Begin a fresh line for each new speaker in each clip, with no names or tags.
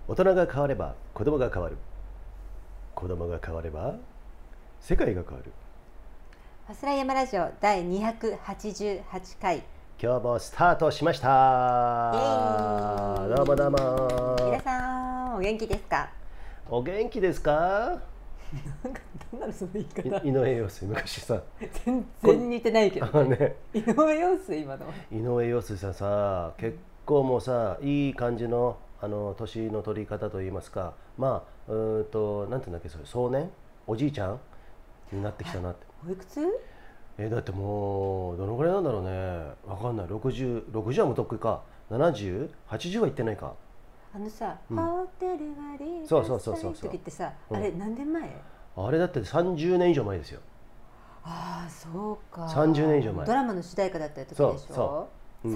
大人が変われば子供が変わる。子供が変われば世界が変わる。
ファスライヤマラジオ第288回。
今日もスタートしました。どうもどうも。
皆さんお元気ですか？
お元気ですか？
なんかどんなのその言い方。
井上陽水昔さ
全然似てないけど、
ね、
井上陽水今の。
井上陽水さんさ、結構もうさいい感じの年の取り方といいますか、まあなんていうんだっけ、それ壮年おじいちゃんになってきたなって。
おいくつ？
だってもうどのぐらいなんだろうね。わかんない。60はもうとっくにか。70、80はいってないか。
さ、
うん、
ホテルはリー
そう
時ってさ、
うん、
あれ何年前？
あれだって30年以上前ですよ。
ああ、そうか。
30年以上前。
ドラマの主題歌だった時でしょ。
そう、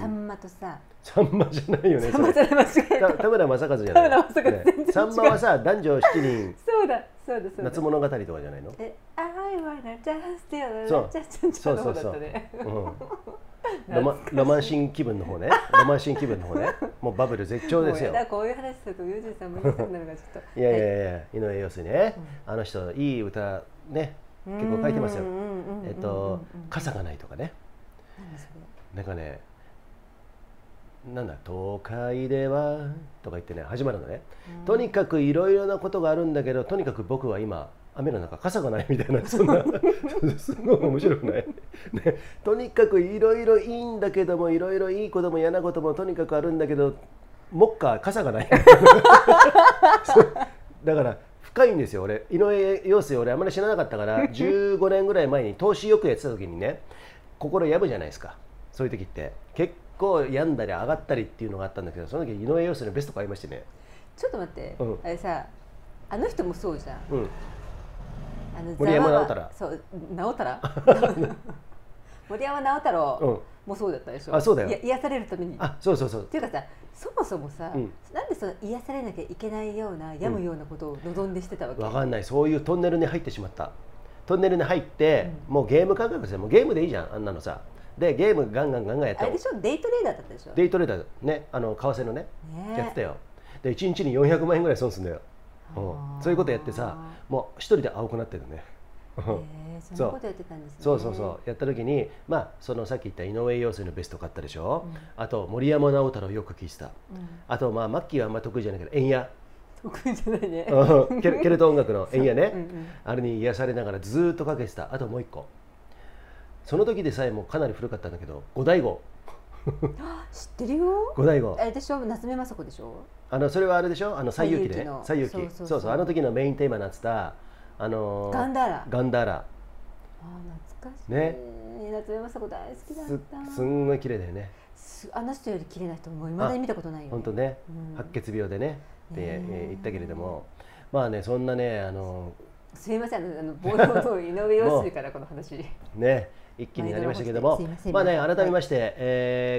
さんまとさ。
さんまじゃないよね。
さんまじゃない、間違えた。
田村正和じゃない。
田村正和、全然違う。
さんまはさ、男女7人。
そうだ。
夏物語とかじゃないの？
I wanna just do
そうロマンシン気分の方ね。ロマンシン気分の方ね。もうバブル絶頂ですよ。
こういう話するとユージさんも言いたくなるからちょっと。
いや、井上陽水ね。あの人いい歌ね結構書いてますよ。傘がないとかね。なんかね、なんだ東海ではとか言ってね始まるのね。とにかくいろいろなことがあるんだけど、とにかく僕は今雨の中傘がないみたいな、そんなすごい面白くない、ね、とにかくいろいろいいんだけども、いろいろいいことも嫌なこともとにかくあるんだけど、目下傘がないだから深いんですよ。俺井上陽水俺あんまり知らなかったから15年ぐらい前に投資よくやってた時にね、心病むじゃないですか。そういう時って結構病んだり上がったりっていうのがあったんだけど、その時井上陽水のベスト買いましてね。
ちょっと待って、あれさ、あの人もそうじゃん。
森山直太朗。
そう直太朗森山直太朗もそうだったでしょ。
あ、そうだよ。
癒されるために。
そう
っていうかさ、そもそもさ、なんでその癒されなきゃいけないような病むようなことを望んでしてたわけ？
わかんない。そういうトンネルに入ってしまった。トンネルに入って、もうゲーム感覚ですよ。もうゲームでいいじゃん、あんなのさ。でゲームガンガンやって。
あれでしょ、デイトレーダーだったでしょ。
デイトレーダーね、為替のねやってたよ。で1日に400万円ぐらい損するんだよ。そういうことやってさ、もう一人で青くなってるね。
そんなことやってたんですね。
そうやった時に、まあそのさっき言った井上陽水のベスト買ったでしょ。あと森山直太朗よく聴いてた。あとまあマッキーはあんま得意じゃないけど、エンヤ
得意じゃないね。
ケルト音楽のエンヤね、あれに癒されながらずっとかけてた。あともう一個、その時でさえもかなり古かったんだけど、五醍醐
知ってるよ。
五醍醐
あれでしょ、夏目雅子でしょ。
それはあれでしょ、西遊記ね。西遊記、そうあの時のメインテーマになってたガンダーラ。
懐かしいね。夏目雅子大好きだった。
すんごい綺麗だよね。
あの人より綺麗な人もいまだに見たことないよ。
本当ね、白血病でねって言ったけれども、まあね、そんなね
すみません、冒頭の井上陽水からこの話
ね一気になりましたけども、まあね、改めまして、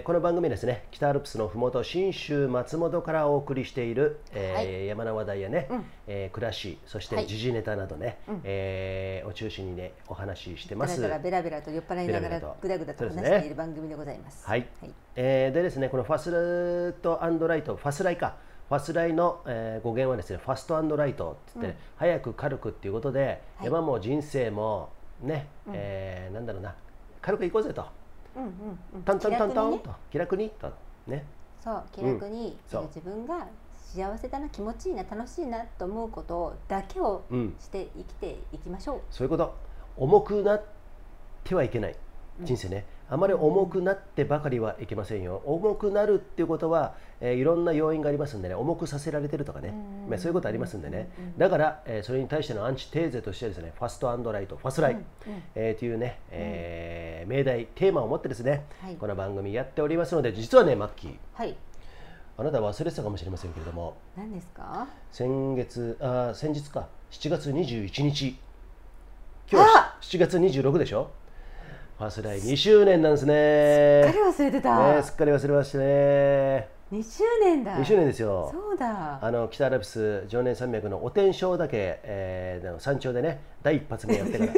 この番組ですね、北アルプスのふもと信州松本からお送りしている、山の話題やね、暮らし、そして時事ネタなどね、を中心にねお話ししてます。
ベラベラと酔っ払いながらぐだぐだと話している番組でございます。
はい。でですね、このファスト&ライト、ファスライか。ファスライの、語源はですね、ファスト&ライトって言って、早く軽くっていうことで、山も人生もね、なんだろうな、軽く行こうぜと、トントンと気楽にとね、
そう気楽に、自分が幸せだな、気持ちいいな、楽しいなと思うことだけをして生きていきましょう。
そういうこと。重くなってはいけない人生ね。あまり重くなってばかりはいけませんよ。重くなるっていうことは、いろんな要因がありますんでね、重くさせられてるとかね、そういうことありますんでね。だから、それに対してのアンチテーゼとしてですね、ファスト&ライト、ファスライ、というね、命題、テーマを持ってですね、この番組やっておりますので、実はね、マッキー、あなた忘れてたかもしれませんけれども、
何ですか？
先日か、7月21日、今日7月26でしょ。ファスライ2周年なんですね。
すっかり忘れてた。
すっかり忘れましたね。
2周年だ。
2周年ですよ。
そうだ。
北アルプス常年山脈のお天正岳、山頂でね、第一発目やってから。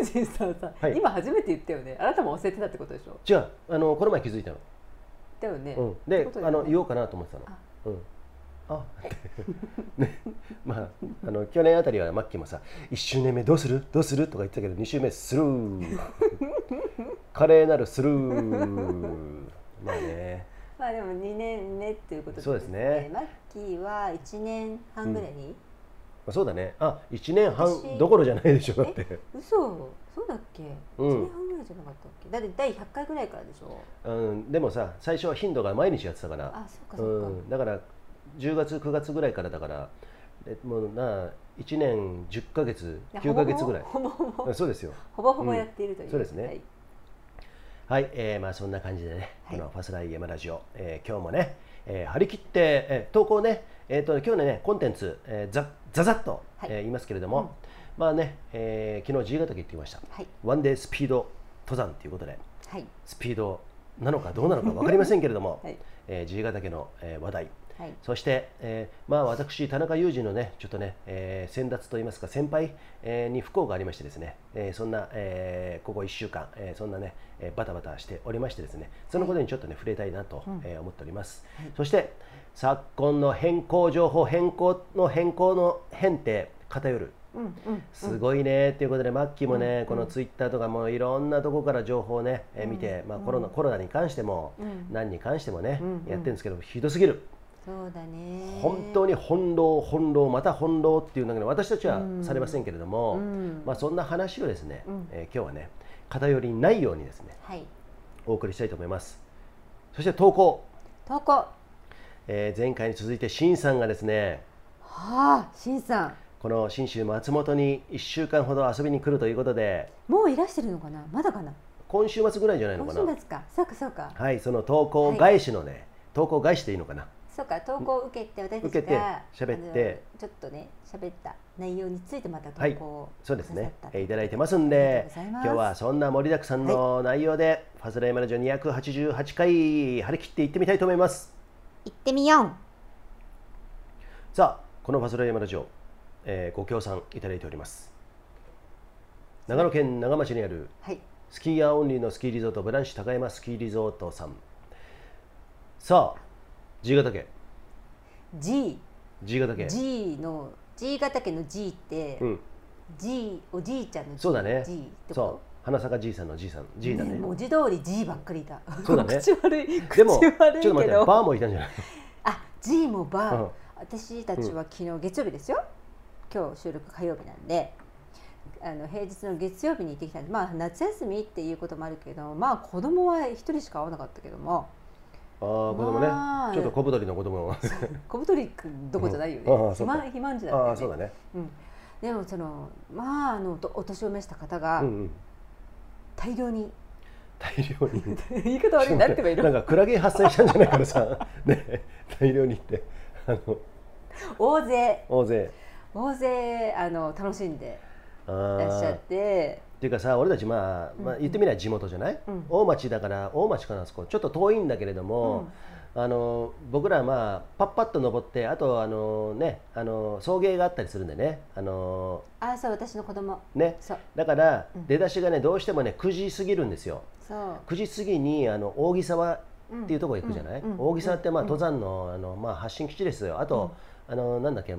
今初めて言ったよね。あなたも忘れてたってことでしょ？
違う、この前気づいたの。
だよね。
で、言おうかなと思ってたの。 あね、まあ去年あたりはマッキーもさ1周年目どうするどうするとか言ってたけど2周目スルー華麗なるスルーまあね、
まあでも2年目っていうことですね。
そうですね。
マッキーは1年半ぐらい、
そうだね。1年半どころじゃないでしょだって。
嘘、そうだっけ、1年半ぐらいじゃなかったっけ。だって第100回ぐらいからでしょ。
でもさ、最初は頻度が毎日やってたから。
そうかそうか。
だから10月9月ぐらいからだから、もう1年10ヶ月9ヶ月ぐらい。そうですよ。
ほぼほぼやっているという。
そうですね。はい、まあそんな感じでね、このファスライ山ラジオ、今日もね、張り切って、投稿ね、今日のねコンテンツ、ざっと、言いますけれども、まあね、昨日 G ヶ岳行ってきました。ワンデースピード登山ということで、スピードなのかどうなのか分かりませんけれども、G ヶ岳の、話題、そして、まあ私田中裕二のねちょっとね、先達といいますか先輩、に不幸がありましてですね、そんな、ここ1週間、そんなねバタバタしておりましてですね、そのことにちょっとね触れたいなと、思っております。そして昨今の変更情報変更の変って偏る、すごいねということでマッキーもね、このツイッターとかもいろんなところから情報をね、見て、まあ、コロナに関しても、何に関してもね、やってるんですけどひどすぎる。
そうだね、
本当に翻弄また翻弄っていうんだけど私たちはされませんけれども、まあそんな話をですね、今日はね偏りないようにですね、お送りしたいと思います。そして投稿、前回に続いてシンさんがですね、
シンさん
この信州松本に1週間ほど遊びに来るということで、
もういらしてるのかな、まだかな、
今週末ぐらいじゃないのかな。
今週末か、そうかそうか。
はい、その投稿返しのね、投稿返しでいいのかな。
そうか、投稿を受けて私たちが喋ってちょっとね喋った内容についてまた投稿を、
そうですね、いただいてますんで、今日はそんな盛りだくさんの内容で、ファスライ山ラジオ288回張り切っていってみたいと思います。
行ってみよう。
さあ、このファスライ山ラジオ、ご協賛いただいております。長野県長町にある、スキーヤーオンリーのスキーリゾートブランシュ高山スキーリゾートさん。さあ、G ヶ岳 G ヶ岳
G ヶ岳の G って、G おじいちゃんの G。
そうだね、
G
そう、花坂 G さんの G さん G だね。
文字通り G ばっかりだ。
そうだね。
口悪い
でもちょっと待って、バーもいたんじゃない。
G もバー、私たちは昨日月曜日ですよ、今日収録火曜日なんで、平日の月曜日に行ってきたんで、まあ夏休みっていうこともあるけど、まあ子供は1人しか会わなかったけども、
子供ね、ちょっと小太りの子供
小太りどこじゃないよね、肥満児だったよね。
そうだね。
でもまあお年を召した方が大量に言い方悪いなってばいる。
なんかクラゲ発生したんじゃないからさ、ね、大量にって
大勢楽しんでらっしゃって。
っていうかさ、俺たちまあ言ってみれば地元じゃない、大町だから、大町かな、あそこちょっと遠いんだけれども、僕らまあパッパッと登って、あと送迎があったりするんでね、
そう、私の子供
ね、だから出だしがねどうしてもね9時過ぎるんですよ。9時過ぎに扇沢っていうところ行くじゃない。扇沢ってまあ登山のまあ発信基地ですよ。あとなんだっけ、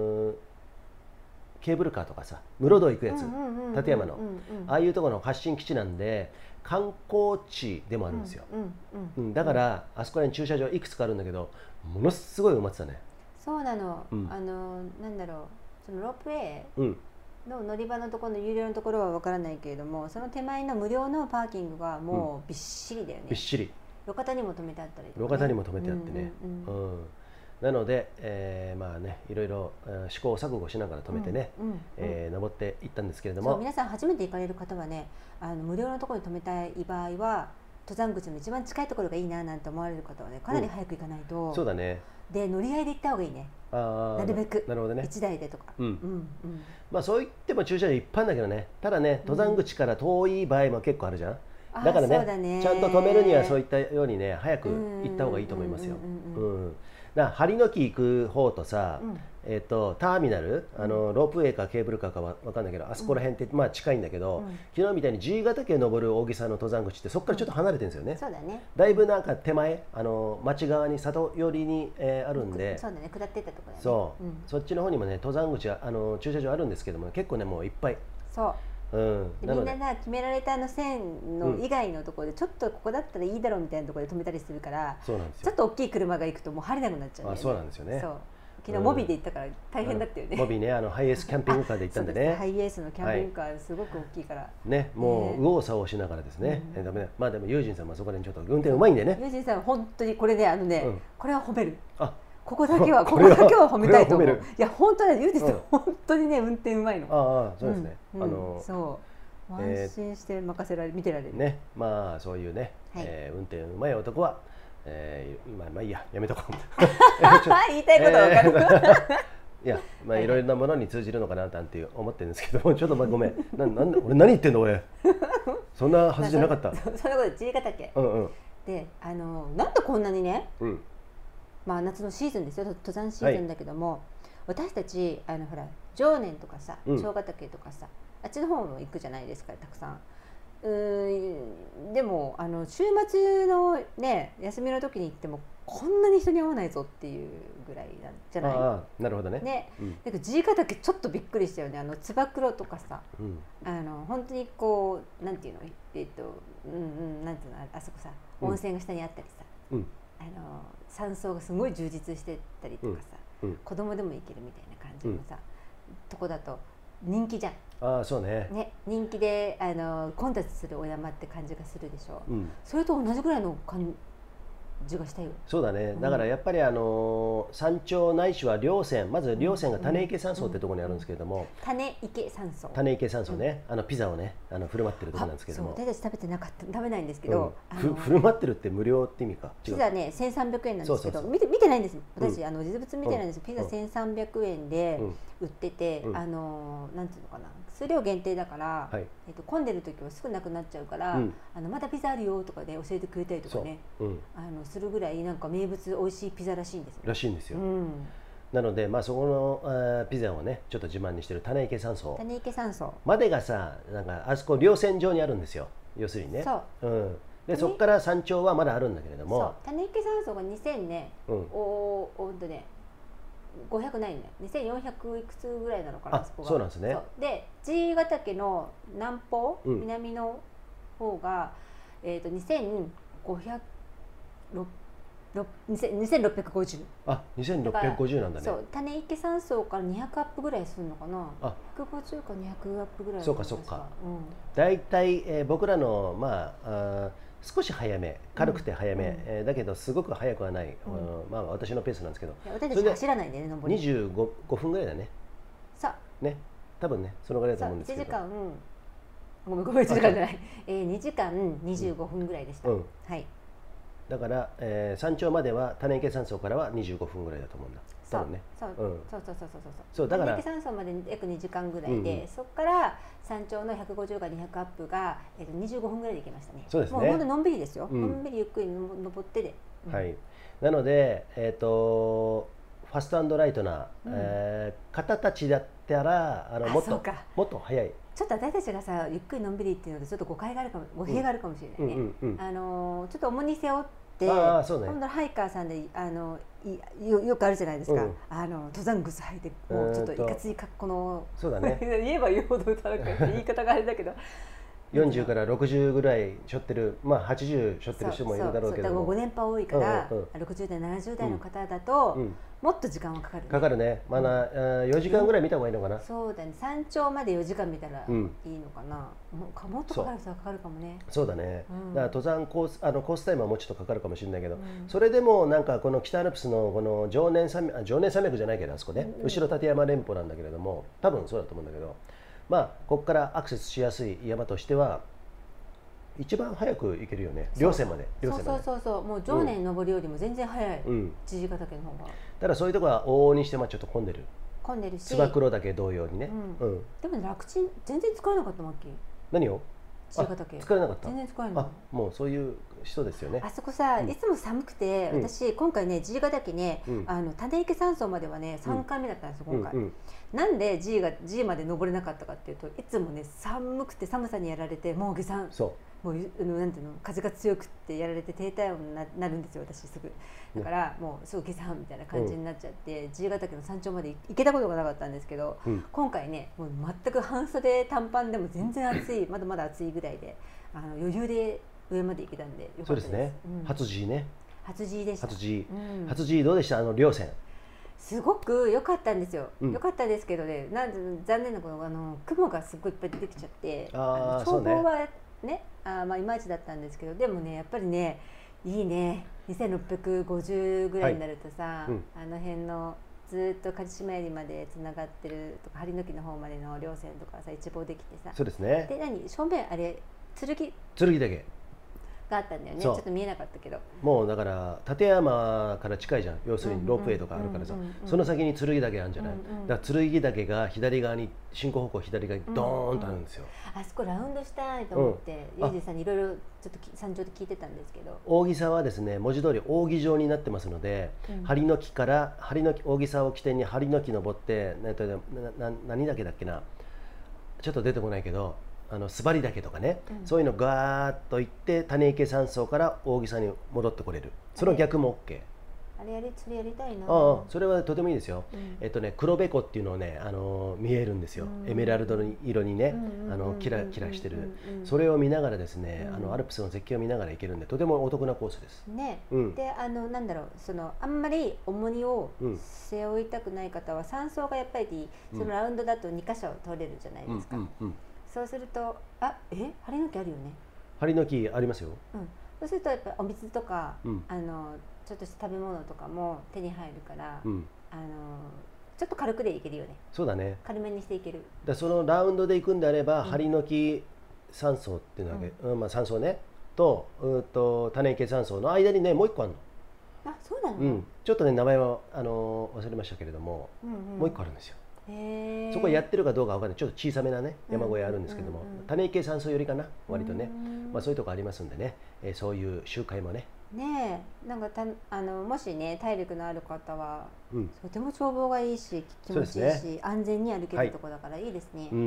ケーブルカーとかさ、室戸行くやつ、立山のああいうところの発信基地なんで観光地でもあるんですよ。だからあそこらに駐車場いくつかあるんだけど、ものすごい埋まってたね。
そうなの、なんだろう、そのロープウェイの乗り場のところの有料のところは分からないけれども、その手前の無料のパーキングがもうびっしりだよね。
びっしり。
路肩にも止めてあったりとか、
路肩にも止めてあってね。なので、まあね、いろいろ試行錯誤しながら止めてね、登っていったんですけれども、
皆さん初めて行かれる方はね、無料のところに止めたい場合は登山口の一番近いところがいいななんて思われる方はね、かなり早く行かないと。
そうだね。
で乗り合いで行った方がいいね。なるべく。
なるほどね。
1台でとか。
まあそう言っても駐車場いっぱいあるんだけどね。ただね、登山口から遠い場合も結構あるじゃん。だからね、ちゃんと止めるにはそういったようにね、早く行った方がいいと思いますよ。 針の木行く方とさ、ターミナル、ロープウェイかケーブルカーか分かんないけど、あそこら辺ってまあ近いんだけど、昨日みたいに G ヶ岳登る大きさの登山口ってそこからちょっと離れてるんですよね。
そうだね。
だいぶなんか手前、町側に里寄りに、あるんで、
そうだね、下っていったところだね。
そう、そっちの方にもね登山口は駐車場あるんですけども、結構ねもういっぱい。
そう。みんなな決められた線の以外のところでちょっとここだったらいいだろうみたいなところで止めたりするから、ちょっと大きい車が行くともう入れなくなっちゃうんだよね。
そうなんですよね。
昨日モビで行ったから大変だったよね。
モビね、ハイエースキャンピングカーで行ったんでね。
ハイエースのキャンピングカーすごく大きいから
ね、もう右往左往しながらですね。まあでもユージンさんもそこでちょっと運転うまいんでね。
ユージンさん本当にこれねこれは褒める。ここだけは褒めたいと思う。いや本当ね、ユージンさん本当にね運転うまいの。
ああ、そうですね。
そう。安心して見てられる
ね。まあそういうね、運転うまい男はまあいいや、やめとこう。
言いたいことわかる。
いや、まあいろいろなものに通じるのかななんて思ってるんですけども、ちょっとごめん、なんで俺何言ってんの俺。そんなはずじゃなかった。
そんなことでGヶ岳。で、なんでこんなにね、まあ夏のシーズンですよ、登山シーズンだけども、私たちほら常年とかさ、長ヶ岳とかさ、あっちの方も行くじゃないですか、たくさん。でも週末のね休みの時に行ってもこんなに人に会わないぞっていうぐらいなんじゃない。
なるほどね。
だからGヶ岳ちょっとびっくりしたよね。つば九郎とかさ、本当にこうなんていうの、なんていうの、あそこさ温泉が下にあったりさ、山荘がすごい充実してたりとかさ、子供でも行けるみたいな感じのさ、とこだと人気じゃん。
そうね。
人気で混雑するお山って感じがするでしょ。それと同じぐらいの感じがしたよ。
そうだね。だからやっぱり山頂ないしは稜線、まず稜線が種池山荘ってところにあるんですけれども、
種池山荘
ね、ピザをね振る舞ってるところなんですけども、
私たち食べないんですけど、
振る舞ってるって無料って意味か。
ピザね1300円なんですけど、見てないんです私、実物見てないんです。ピザ1300円で売ってて、なんていうのかな、数量限定だから、混んでる時はすぐなくなっちゃうから、まだピザあるよとかで教えてくれたりとかね、するぐらいなんか名物美味しいピザらしいんですよ。な
ので、まあそこのピザをねちょっと自慢にしてる種池山荘までがさ、なんかあそこ稜線上にあるんですよ、要するにね。でそこから山頂はまだあるんだけれども、
種池山荘が2000ね、500ないね、2400いくつぐらいなのかな、そこが。
そうなんですね。
で G ヶ岳の南方、南の方が2500 2650。
2650なんだね。
そう、種池山荘から200アップぐらいするのかな。150か200アップぐらい。
そうか。だいたい僕らのまあ少し早め、軽くて早め、だけどすごく早くはない、まあ私のペースなんですけど。
私たち走らないでね、登り。
25分ぐらいだね。
さ
ね、多分ね、そのぐらいだと思うんですけど。
1時間、ごめん1時間じゃない、2時間25分ぐらいでした。はい。
だから、山頂までは種池山荘からは25分ぐらいだと思うんだ。多分ね。
そうだから種池山荘まで約2時間ぐらいで、そこから山頂の150か200アップが25分ぐらいで行けましたね。
そうですね。
もう本当のんびりですよ。のんびりゆっくり登ってで。
はい。なのでファスト&ライトな方たちだったらもっと早い。
ちょっと私たちがさゆっくりのんびりっていうのでちょっと語弊があるかもしれないね。ちょっと重荷背負って今度ハイカーさんでよくあるじゃないですか。登山靴履いてもうちょっといかつい格好の、
そうだね。
言えば言うほど言い方があれだけど。
40から60ぐらい背負ってる、まあ80背負ってる人もいるだろうけども、
5年配多いから60代70代の方だともっと時間はかかるね。
まだ4時間ぐらい見た方がいいのかな。
そうだね、山頂まで4時間見たらいいのかな。もっとかかる人はかかるかもね。
そうだね。だから登山コースタイムはもうちょっとかかるかもしれないけど、それでもなんかこの北アルプスのこの常年山脈じゃないけど、あそこね後ろ立山連峰なんだけれども、多分そうだと思うんだけど、まあここからアクセスしやすい山としては一番早く行けるよね。稜線まで。
そうもう常年登りよりも全然早い。Gヶ岳の方が。
ただそういうところは往々にしてちょっと混んでるし、つば九郎岳同様にね。
でも楽ちん全然使えなかったマッキー。
何を？
自由ヶ岳。
疲れなかった。
全然疲れない。
もうそういう人ですよね。
あそこさ、いつも寒くて、私今回ね自由ヶ岳ね、種池山荘まではね3回目だったんですよ今回。なんで G まで登れなかったかっていうと、いつもね寒くて寒さにやられて、もう下山、もうなんていうの、風が強くってやられて低体温になるんですよ私すぐ。だからもうすぐ下山みたいな感じになっちゃって、自由ヶ岳の山頂まで行けたことがなかったんですけど、今回ねもう全く半袖短パンでも全然暑い、まだまだ暑いぐらいで余裕で上まで行けたんでよかったです。
そうですね。初 G ね。
初 G でした。
初 G どうでした？稜線。
すごく良かったんですよ。良かったですけどね、残念なこと雲がすごいいっぱい出てきちゃって、眺望はねまあいまいちだったんですけど、でもねやっぱりねいいね。2650ぐらいになるとさ、あの辺のずっと鍛冶島槍までつながってるとか、針の木の方までの稜線とかさ一望できてさ。
そうですね。
で正面あれ剣
岳
があったんだよね。ちょっと見えなかったけど、
もうだから立山から近いじゃん。要するにロープウェイとかあるからさ、その先に剣岳あるんじゃない。だから剣岳が左側に進行方向左側にドーンとあるんですよ。
あそこラウンドしたいと思ってユージさんにいろいろちょっと山頂で聞いてたんですけど、
扇沢はですね文字通り扇状になってますので、針の木から扇沢を起点に針の木登って、何岳だっけな、ちょっと出てこないけど、スバリ岳とかね、そういうのガーッと行って種池山荘から扇沢に戻ってこれる。その逆も OK。
それやりたいな。
それはとてもいいですよ。黒べこっていうのをね見えるんですよ。エメラルド色にねキラキラしてる。それを見ながらですねアルプスの絶景を見ながら行けるんで、とてもお得なコースです。
ね。でなんだろう、あんまり重荷を背負いたくない方は山荘がやっぱりそのラウンドだと2箇所取れるじゃないですか。そうすると針の木あるよね。
針の木ありますよ。
そうするとやっぱお水とかちょっとした食べ物とかも手に入るから、ちょっと軽くでいけるよね。
そうだね。
軽めにしていける。
そのラウンドで行くんであれば、針の木山荘っていうのは山荘ねと種池山荘の間にねもう一個あるの。
あ、そうなの。
ちょっとね名前は忘れましたけれども、もう一個あるんですよ。そこやってるかどうかわかんない。ちょっと小さめなね山小屋あるんですけども、種池山荘よりかな割とね、そういうとこありますんでね、そういう集会もね。
ねえ、なんかもしね体力のある方は、とても眺望がいいし気持ちいいし、安全に歩けるところだからいいですね。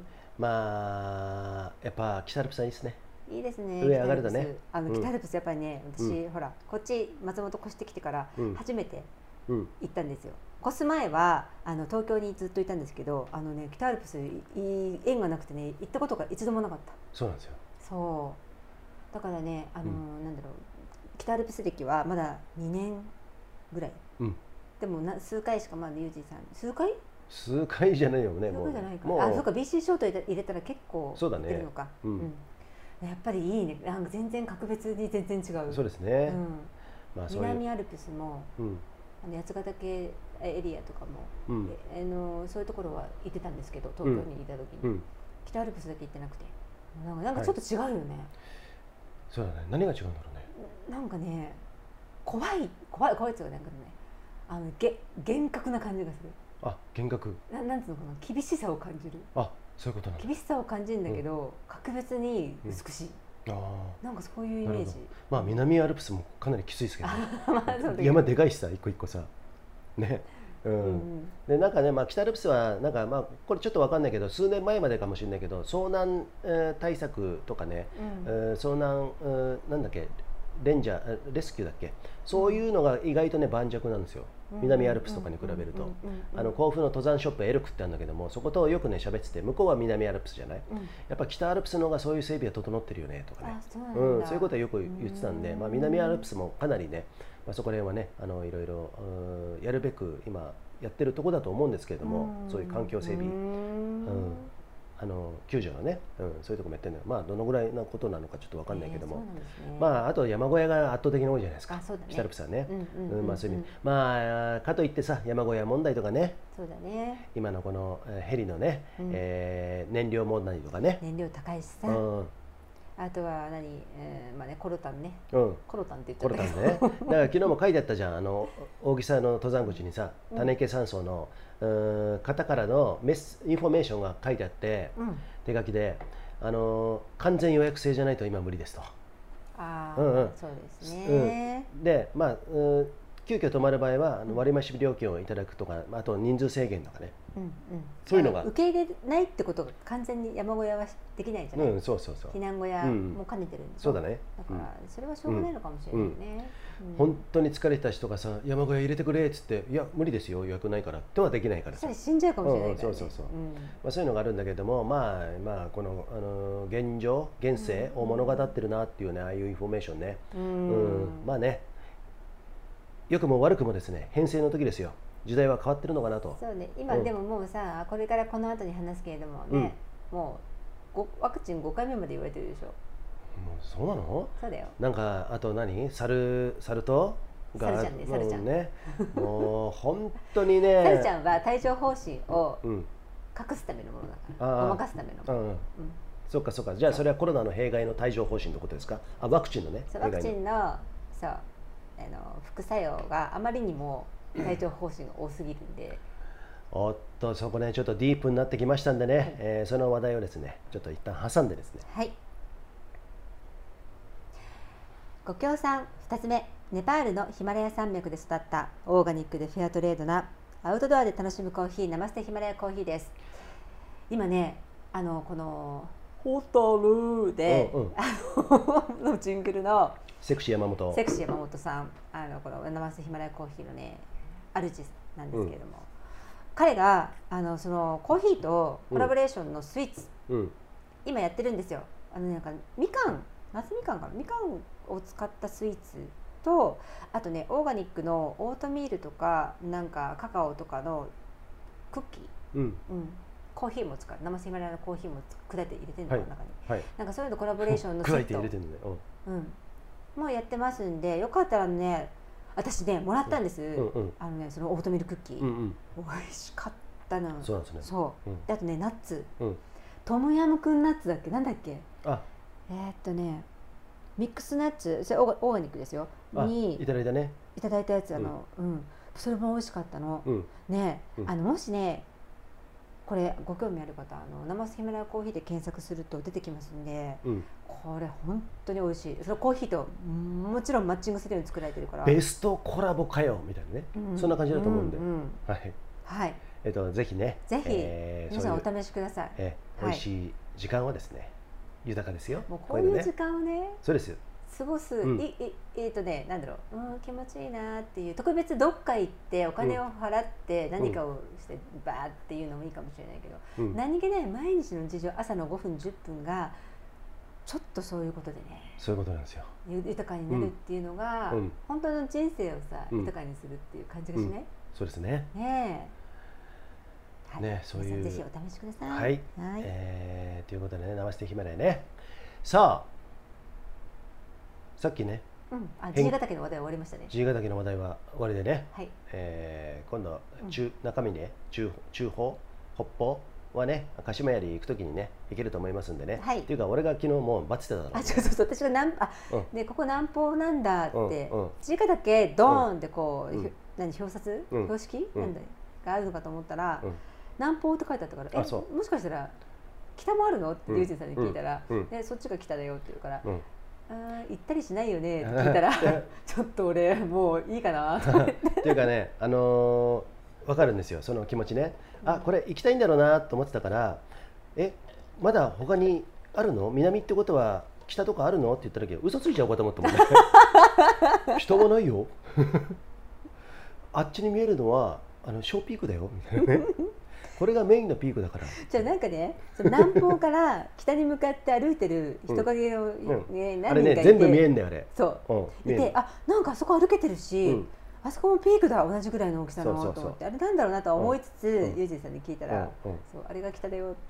まあやっぱ北アルプスはいいですね。
いいですね。
上上がるとね。
北アルプスやっぱりね、私ほらこっち松本越してきてから初めて行ったんですよ。越す前は東京にずっといたんですけど、北アルプス縁がなくてね行ったことが一度もなかった。
そうなんですよ。
そうだからねなんだろう、北アルプス歴はまだ2年ぐらい、でも数回しかまだユージさん
数回じゃないよね。
数回じゃないか。そうか BC ショート入れたら結構行ってるのか。やっぱりいいね。全然格別に全然違う。
そうですね。
南アルプスも八ヶ岳エリアとかもそういうところは行ってたんですけど、東京にいた時に北アルプスだけ行ってなくて、なんかちょっと違うよね。
そうだね。何が違うんだろうね。
なんかね怖いですよね。なんかね厳格な感じがする。
あ、厳格。
なんつうのかな、厳しさを感じる。
あ、そういうことなんだ。
厳しさを感じるんだけど、格別に美しい。なんかそういうイメージ。
まあ南アルプスもかなりきついですけど、山でかいしさ、一個一個さね。でなんかね、北アルプスはなんかこれちょっと分かんないけど、数年前までかもしれないけど遭難対策とかね、遭難なんだっけ、レスキューだっけ、そういうのが意外とね盤石なんですよ。南アルプスとかに比べると、甲府の登山ショップエルクってあるんだけども、そことよくね喋ってて、向こうは南アルプスじゃない、やっぱ北アルプスの方がそういう整備が整ってるよねとかね、そういうことはよく言ってたんで、南アルプスもかなりね、そこら辺はねいろいろやるべく今やってるとこだと思うんですけれども、そういう環境整備、救助のね、そういうとこもやってるんだよ。どのぐらいなことなのかちょっと分かんないけども、あと山小屋が圧倒的に多いじゃないですか、北アルプスはね。そういう意味、かといってさ山小屋問題とかね、今のこのヘリのね燃料問題とかね、
燃料高いしさ、あとはコロタンね、コロタンって言っちゃったけどね。
だから昨日も書いてあったじゃん、大木沢の登山口にさ、種池山荘の方からのインフォメーションが書いてあって、手書きで完全予約制じゃないと今無理ですと。
ああ、そうです
ね。で、まあ急遽泊まる場合は割増料金をいただくとか、あと人数制限とかね、そういうのが
受け入れないってことが完全に山小屋はできないじゃない。
そうそうそう。
避難小屋も兼ねてるんでしょ。
そうだね。
だからそれはしょうがないのかもしれないね。
本当に疲れた人がさ、山小屋入れてくれっつって、いや無理ですよ予約ないからとはできないからさ。
死んじゃうかもしれないからね。
そういうのがあるんだけども、まあこの現状現世を物語ってるなっていうね、ああいうインフォメーションね。まあね。良くも悪くもですね、編成の時ですよ。時代は変わってるのかなと。
そうね、今でももうさ、これからこの後に話すけれどもね、もうワクチン5回目まで言われてるでしょ。
もうそうなの？
そうだよ。
なんかあとサル痘が
サルちゃんね、サルちゃん
ね。もう本当にね。
サルちゃんは帯状疱疹を隠すためのものだから、ごまかすための。
そっかそっか。じゃあそれはコロナの弊害の帯状疱疹のことですか？ワクチンのね。
ワクチンのそう副作用があまりにも帯状疱疹が多すぎるんで。
おっと、そこねちょっとディープになってきましたんでね、その話題をですねちょっと一旦挟んでですね。
はい。ご協賛2つ目、ネパールのヒマラヤ山脈で育ったオーガニックでフェアトレードなアウトドアで楽しむコーヒー、ナマステヒマラヤコーヒーです。今ねこのホタルで、のジングルの
セクシー山
本さん、このナマステヒマラヤコーヒーのね主なんですけれども、彼がそのコーヒーとコラボレーションのスイーツ、今やってるんですよ。なんか夏みかんかな、みかんを使ったスイーツと、あとねオーガニックのオートミールとかなんかカカオとかのクッキー、コーヒーも使う、生ヒマラヤのコーヒーも砕いて入れてるの中に、なんかそういうのコラボレーションのセットもうやってますんで、よかったらね、私ねもらったんです。そのオートミールクッキー、美味しかったの。
そうなんですね。
そう。あとねナッツ、トムヤムクンナッツだっけ、なんだっけ。ミックスナッツ、それオーガニックですよ。に
いただいたね。
いただいたやつ、それも美味しかったの。ね、もしねこれご興味ある方、生ヒマラヤコーヒーで検索すると出てきますんで、これ本当に美味しい。そのコーヒーともちろんマッチングするように作られてるから、
ベストコラボかよみたいなね、そんな感じだと思うんで、はい、ぜひね、
ぜひ皆さんお試しください。
美味しい時間はですね豊かですよ。
もうこういう時間をね、
そうですよ、
過ごす、なんだろう、気持ちいいなっていう、特別どっか行ってお金を払って何かをしてバーっていうのもいいかもしれないけど、何気ない毎日の日常、朝の5分10分がちょっとそういうことでね、
そういうことなんですよ、
豊かになるっていうのが、本当の人生をさ豊かにするっていう感じがしない？
そうですね。そういう、
ぜひお試しください。
はい、ということでね、ナマステヒマラヤね。さっきね、
爺ヶ岳の話題終わりましたね。
爺ヶ岳の話題は終わりでね、今度中峰、中峰、北方はね、鹿島槍行くときにね行けると思いますんでね。っていうか俺が昨日もうバツってたの。
そう私がね、ここ南方なんだって爺ヶ岳ドーンってこう表札標識なんだがあるのかと思ったら、南方って書いてあったから、もしかしたら北もあるのってユージさんに聞いたら、そっちが北だよって言うから、行ったりしないよねって聞いたらちょっと俺もういいかなと思ってって
いうかね、分かるんですよ、その気持ちね。これ行きたいんだろうなと思ってたから、まだ他にあるの、南ってことは北とかあるのって言った時は嘘ついちゃうかと思ったもんね人がないよあっちに見えるのは小ピークだよみたいなねこれがメインのピークだから。
じゃあなんかね、南方から北に向かって歩いてる人影の何人かいて、
あれね全部見えんだよあれ。
そういて、なんかあそこ歩けてるし、あそこもピークだ、同じぐらいの大きさのと思って、あれなんだろうなとは思いつつ、ユージさんに聞いたら、あれが北だよって。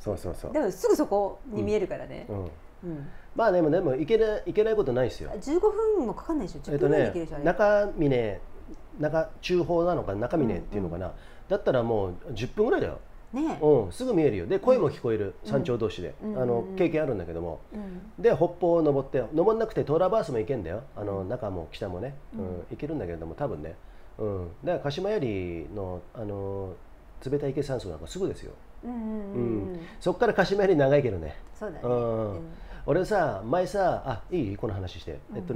でもすぐそこに見えるからね。
まあでも行けないことないですよ。
15分もかかんないでしょ。10分ぐらいで行けるでしょ。
中峰、中峰なのか中峰っていうのかな、だったらもう10分ぐらいだよ。すぐ見えるよ。で声も聞こえる、山頂同士で経験あるんだけども、で北方を登って登んなくてトーラバースも行けんだよ。中も北もね行けるんだけれども、多分ね、だから鹿島槍の冷たい池山荘なんかすぐですよ。
うん。
そっから鹿島より長いけどね。
そうだね。
俺さ前さいいこの話して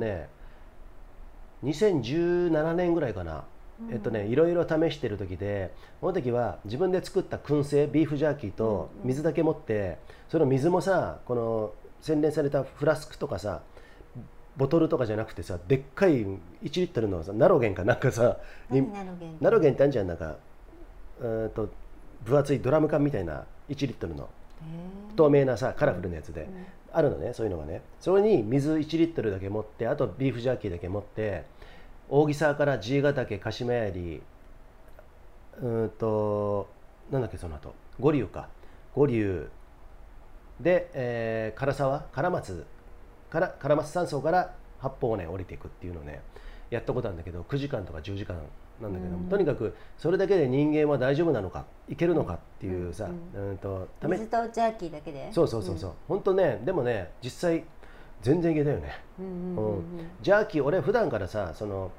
、2017年ぐらいかな、いろいろ試してる時で、この時は自分で作った燻製ビーフジャーキーと水だけ持って、その水もさこの洗練されたフラスクとかさボトルとかじゃなくてさ、でっかい1リットルのさナロゲンかなんかさ、ナロゲンってあるじゃん、なんか分厚いドラム缶みたいな1リットルの透明なさカラフルなやつで、あるのね、そういうのがね。それに水1リットルだけ持って、あとビーフジャーキーだけ持って、扇沢から爺ヶ岳鹿島槍なんだっけ、その後五竜か、五竜で、唐松山荘から八方尾根降りていくっていうのをねやったことあるんだけど、9時間とか10時間なんだけども、とにかくそれだけで人間は大丈夫なのか、いけるのかっていうさ、
水とジャーキーだけで、
そう本当ね。でもね実際全然いけたよね。ジャーキー、俺普段からさその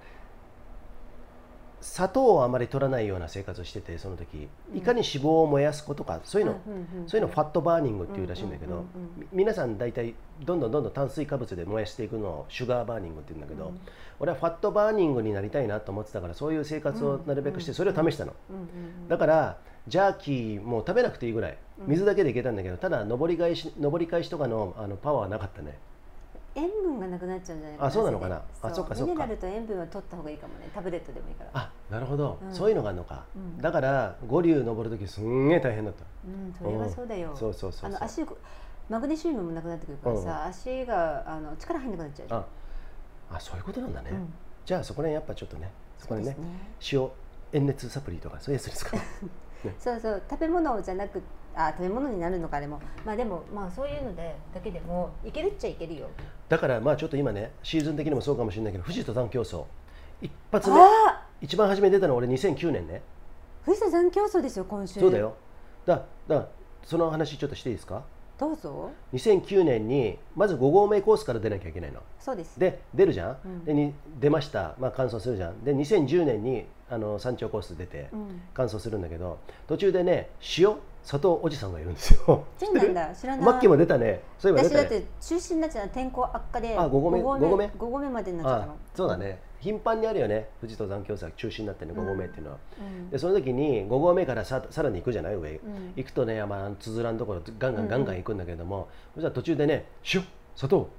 砂糖をあまり取らないような生活をしてて、その時いかに脂肪を燃やすことか、そういうのファットバーニングっていうらしいんだけど、皆さん大体どんどん炭水化物で燃やしていくのをシュガーバーニングっていうんだけど、俺はファットバーニングになりたいなと思ってたから、そういう生活をなるべくしてそれを試したの。だからジャーキーも食べなくていいぐらい水だけでいけたんだけど、ただ上り返しとかのパワーはなかったね。
塩分がなくなっちゃうんじゃないかな。
そうなのかな。そっか。
ミネラルと塩分は取った方がいいかもね。タブレットでもいいから。
なるほど、そういうのがあるのか。だから五竜登る時すんげえ大変だった。
それはそうだよ。足マグネシウムもなくなってくるからさ、足が力入んなくなっちゃう。
そういうことなんだね。じゃあそこら辺やっぱちょっとね、そこにね塩熱サプリとかそういうやつですか。
そう食べ物じゃなく食べ物になるのか。でもそういうのでだけでもいけるっちゃいけるよ。
だからちょっと今ねシーズン的にもそうかもしれないけど、富士登山競争一発目一番初めに出たの俺2009年ね。
富士登山競争ですよ今週。
そうだよ。その話ちょっとしていいですか。
どうぞ。
2009年にまず5合目コースから出なきゃいけないの。
そうです。
で出るじゃん、で出ました、完走するじゃん。で2010年に山頂コース出て完走するんだけど、途中でね砂糖おじさんがいるんですよ。
そうなんだ、知らない。
マッキーも出たね。そういえば出たね。
私だって中止になっちゃう、天候悪化で
5合目
までになっちゃったの。
そうだね、頻繁にあるよね、富士登山競争中止になってね、5合目っていうのは。でその時に5合目からさらに行くじゃない、上行くとね、つづらんところガンガン行くんだけれども、そしたら途中でね、砂糖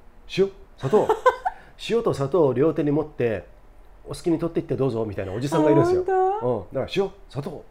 塩と砂糖を両手に持ってお好きに取っていってどうぞみたいなおじさんがいるんですよ。だから砂糖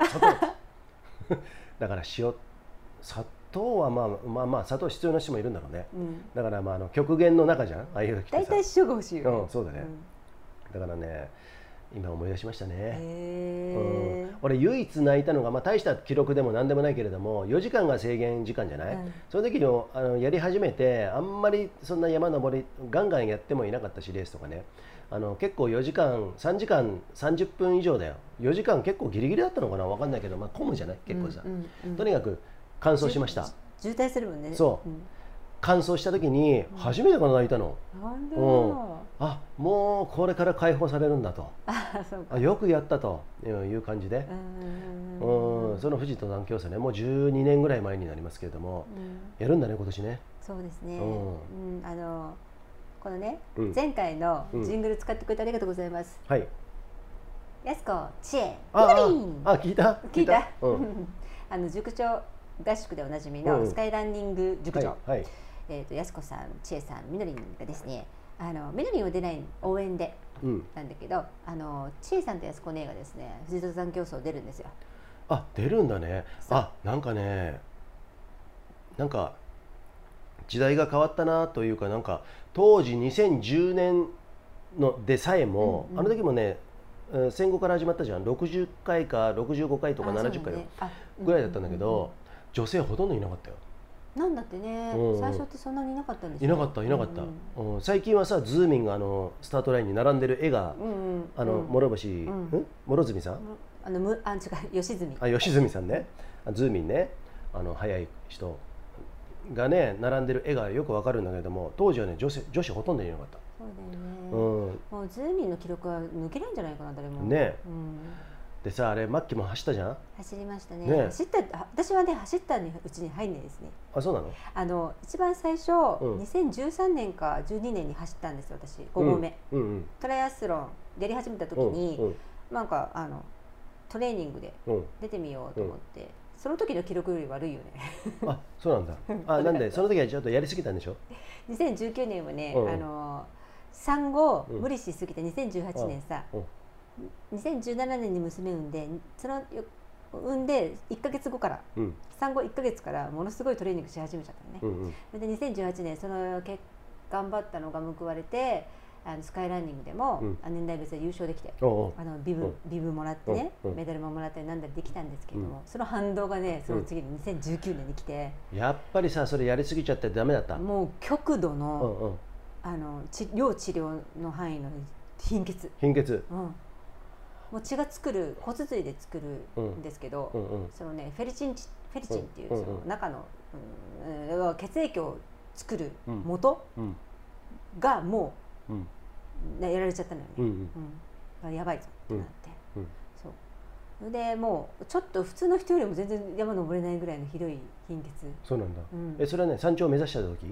だから砂糖は砂糖必要な人もいるんだろうね。だから極限の中じゃん、ああいう時ってさ。
大体塩が欲しいよ。
そうだね。だからね今思い出しましたね。俺唯一泣いたのが、大した記録でも何でもないけれども、4時間が制限時間じゃない、その時にやり始めて、あんまりそんな山登りガンガンやってもいなかったし、レースとかね、結構3時間30分以上だよ。4時間結構ギリギリだったのかな、分かんないけど、混むじゃない、結構さ。とにかく完走しました。
渋滞するもんね。
完走した時に初めてかな、泣いたの。もうこれから解放されるんだと、よくやったという感じで、その富士登山競争ね、もう12年ぐらい前になりますけれども、やるんだね今年ね。
そうですね。このね、前回のジングル使ってくれてありがとうございます。
はい。
やすこちえ
聞いた。
塾長合宿でおなじみのスカイランニング塾長、やすこさん、ちえさん、みのりんがですね、みのりんは出ない応援でなんだけど、ちえさんとやすこ姉がですね、富士登山競争出るんですよ。
出るんだね。なんかね、なんか時代が変わったなというか、なんか当時2010年のでさえも、あの時もね、戦後から始まったじゃん。60回か65回とか70回ぐらいだったんだけど、女性ほとんどいなかったよ。
なんだってね、最初ってそんなにいなかったんですよ。
いなかった。最近はさ、ズーミンがスタートラインに並んでる絵が諸角さん、吉住さんね、ズーミンね、速い人がね並んでる絵がよくわかるんだけれども、当時はね女子ほとんどいなかった。
そうだよね。もうズーミンの記録は抜けないんじゃないかな、誰も
ね。 でさ、あれ末期も走ったじゃん。
走りましたね。
ね
走った、私はね走ったうちに入んないですね。
あ、そうなの。
一番最初、2013年か12年に走ったんですよ、私5合目、トライアスロンやり始めた時に、なんかトレーニングで出てみようと思って、その時の記録より悪いよね。
あ、そうなんだ。あ、なんでその時はちょっとやりすぎたんでしょ。
2019年はね、産後無理しすぎて2018年さ、2017年に娘産んで、その産んで1ヶ月後から、産後1ヶ月からものすごいトレーニングし始めちゃったのね。で2018年その頑張ったのが報われて、スカイランニングでも、年代別で優勝できて、ビブもらってね、メダルももらったりなんだりできたんですけれども、その反動がね、その次に2019年に来て、
やっぱりさ、それやりすぎちゃってダメだった。
もう極度の要治療の範囲の貧血。もう血が作る骨髄で作るんですけど、そのねフェリチンっていうその中の血液を作る元がもうやられちゃったのよね。やばいぞってなって、そうでもうちょっと普通の人よりも全然山登れないぐらいのひどい貧血。
そうなんだ。それはね、山頂を目指した時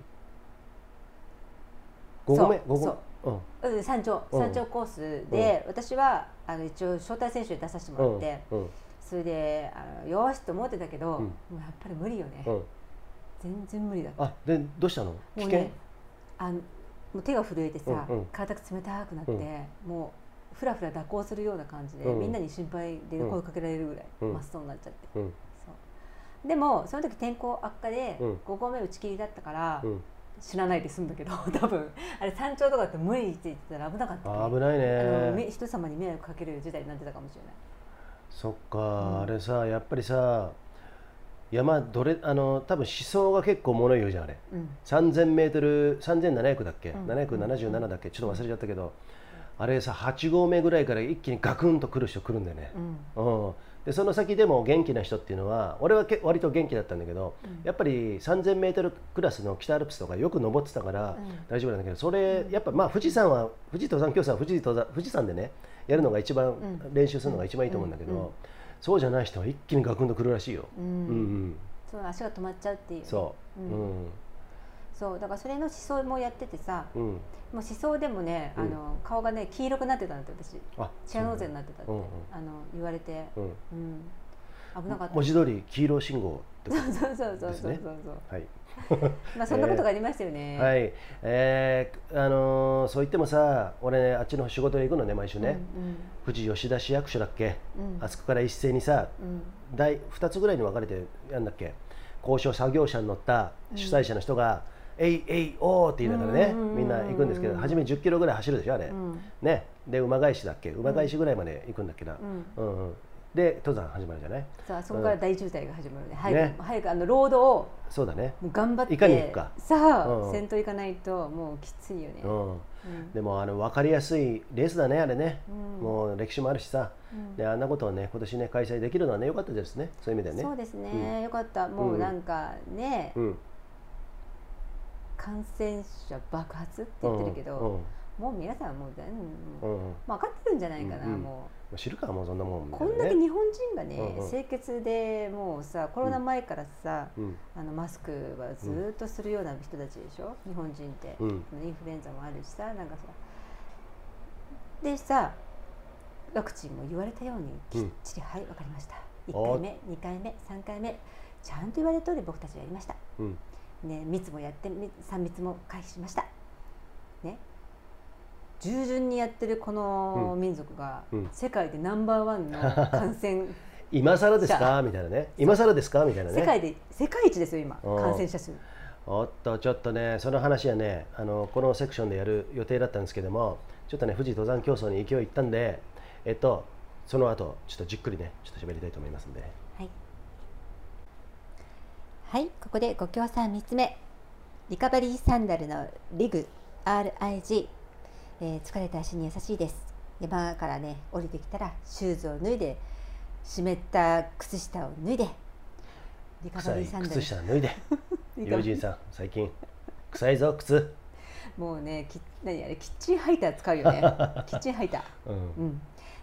5合目山頂
コースで、私は一応招待選手で出させてもらって、それでよーしと思ってたけど、もうやっぱり無理よね。全然無理だった。
でどうしたの？危険？
もう手が震えてさ、体が冷たくなって、もうふらふら蛇行するような感じで、みんなに心配で声かけられるぐらい真っ青になっちゃって、そうでもその時天候悪化で5合目打ち切りだったから、死なないで済んだけど、多分あれ山頂とかって無理していってたら危なかった、
危ないね。
人様に迷惑かける事態になってたかもしれない。
そっか、あれさ、やっぱりさ、山多分思想が結構もの言うじゃんあれ、3000メートル3700だっけ、777だっけ、ちょっと忘れちゃったけど、あれさ8合目ぐらいから一気にガクンと来る人来るんだよね。でその先でも元気な人っていうのは、俺は割と元気だったんだけど、やっぱり3000メートルクラスの北アルプスとかよく登ってたから大丈夫なんだけど、それやっぱ富士山は富士登山協賛は富士山でねやるのが一番、練習するのが一番いいと思うんだけど、そうじゃない人は一気にガクンと来るらしいよ。
そう、足が止まっちゃうっていう。そうだからそれの思想もやっててさ、もう思想でもね、顔がね黄色くなってたんだって、私チアノーゼになってたって言われて、危なかった。
文字通り黄色信号ってことですね。
そうまあそんなことがありましたよね。
はい、そう言ってもさ、俺ねあっちの仕事へ行くのね、毎週ね。富士吉田市役所だっけ、あそこから一斉にさ、2つぐらいに分かれてやんだっけ、高所作業車に乗った主催者の人がえいえいおーって言いながらね、みんな行くんですけど、初め10キロぐらい走るでしょあれ、ね。で馬返しだっけ、馬返しぐらいまで行くんだっけな、で登山始まるじゃない。
さあそこから大渋滞が始まるね。早くロードを
そうだね、
もう頑張って
いかに行くか、
さあ先頭行かないともうきついよね。
でも分かりやすいレースだねあれね。もう歴史もあるしさ、であんなことをね今年ね開催できるのはね良かったですね、そういう意味でね。
そうですね、良かった。もうなんかね、感染者爆発って言ってるけど、もう皆さんもう分かってるんじゃないかな。も
う知るか、もうそんなもん、
こんだけ日本人がね清潔で、もうさコロナ前からさマスクはずっとするような人たちでしょ、日本人って。インフルエンザもあるしさ、なんかさでさ、ワクチンも言われたようにきっちり、はい分かりました、1回目2回目3回目ちゃんと言われた通り僕たちはやりました、密もやって3密も回避しましたね。従順にやってるこの民族が世界でナンバーワンの感染
今更ですかみたいなね、今更ですかみたいなね。
世界一ですよ今、感染者数。
おっとちょっとね、その話はねこのセクションでやる予定だったんですけども、ちょっとね富士登山競争に勢いいったんで、その後ちょっとじっくりねちょっと喋りたいと思いますんで。
はい、ここでご協賛3つ目、リカバリーサンダルのリグ RIG、疲れた足に優しいです。山からね降りてきたらシューズを脱いで、湿った靴下を脱いで、リカバリーサンダル
靴下脱いで友人さん最近臭いぞ靴。
もうね何あれキッチンハイター使うよねキッチンハイター、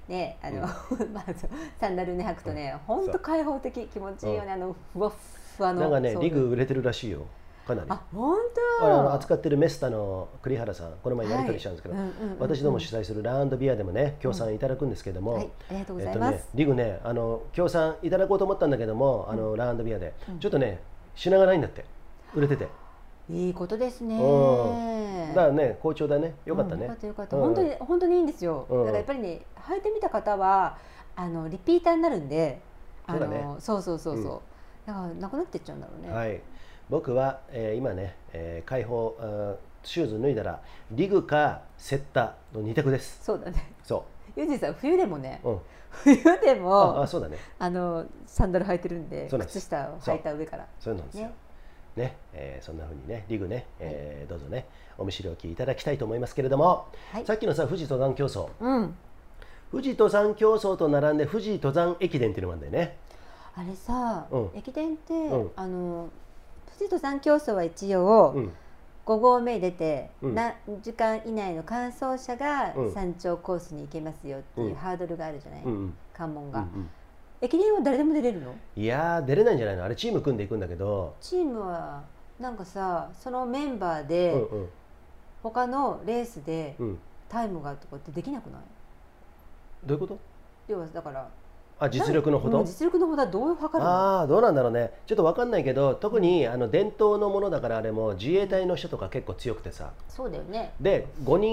ねまあ、サンダルね履くとね、本当開放的、気持ちいいよね、ふわっふわの。
なんかね、リグ売れてるらしいよ、かなり。
あ、本当。
扱ってるメスタの栗原さん、この前やり取りしたんですけど、私ども主催するランドビアでもね、協賛いただくんですけども、
ありがとうございます。
リグね、協賛いただこうと思ったんだけども、ランドビアでちょっとね、品がないんだって、売れてて。
いいことですね。
だからね、好調だね、よかったね。
よかったよかった、本当にいいんですよ。だからやっぱりね、履いてみた方はリピーターになるんで、そうだからなくなっていっちゃうんだろうね。
はい、僕は今ね、開放シューズ脱いだらリグかセッタの2択です。
そうだね。
そう。
ユージさん冬でもね、冬でも
そうだね。
サンダル履いてるんで、靴下を履いた上から。
そうなんですよ。ね、そんな風にね、リグね、どうぞね、お見知りおきいただきたいと思いますけれども、さっきのさ、富士登山競争、富士登山競争と並んで富士登山駅伝っていうのもあるんだよね。
あれさ、駅伝って、富士登山競争は一応、5合目出て、何時間以内の完走者が山頂コースに行けますよっていうハードルがあるじゃない、関門が。駅伝は誰でも出れるの？
いやー、出れないんじゃないの。あれチーム組んでいくんだけど、
チームはなんかさ、そのメンバーで他のレースでタイムがとかってできなくない？
どういうこと？
要はだから
実力のほど、
実力のほどはどう測るの？
どうなんだろうね、ちょっと分かんないけど、特に伝統のものだから、あれも自衛隊の人とか結構強くてさ、
そうだよね。
で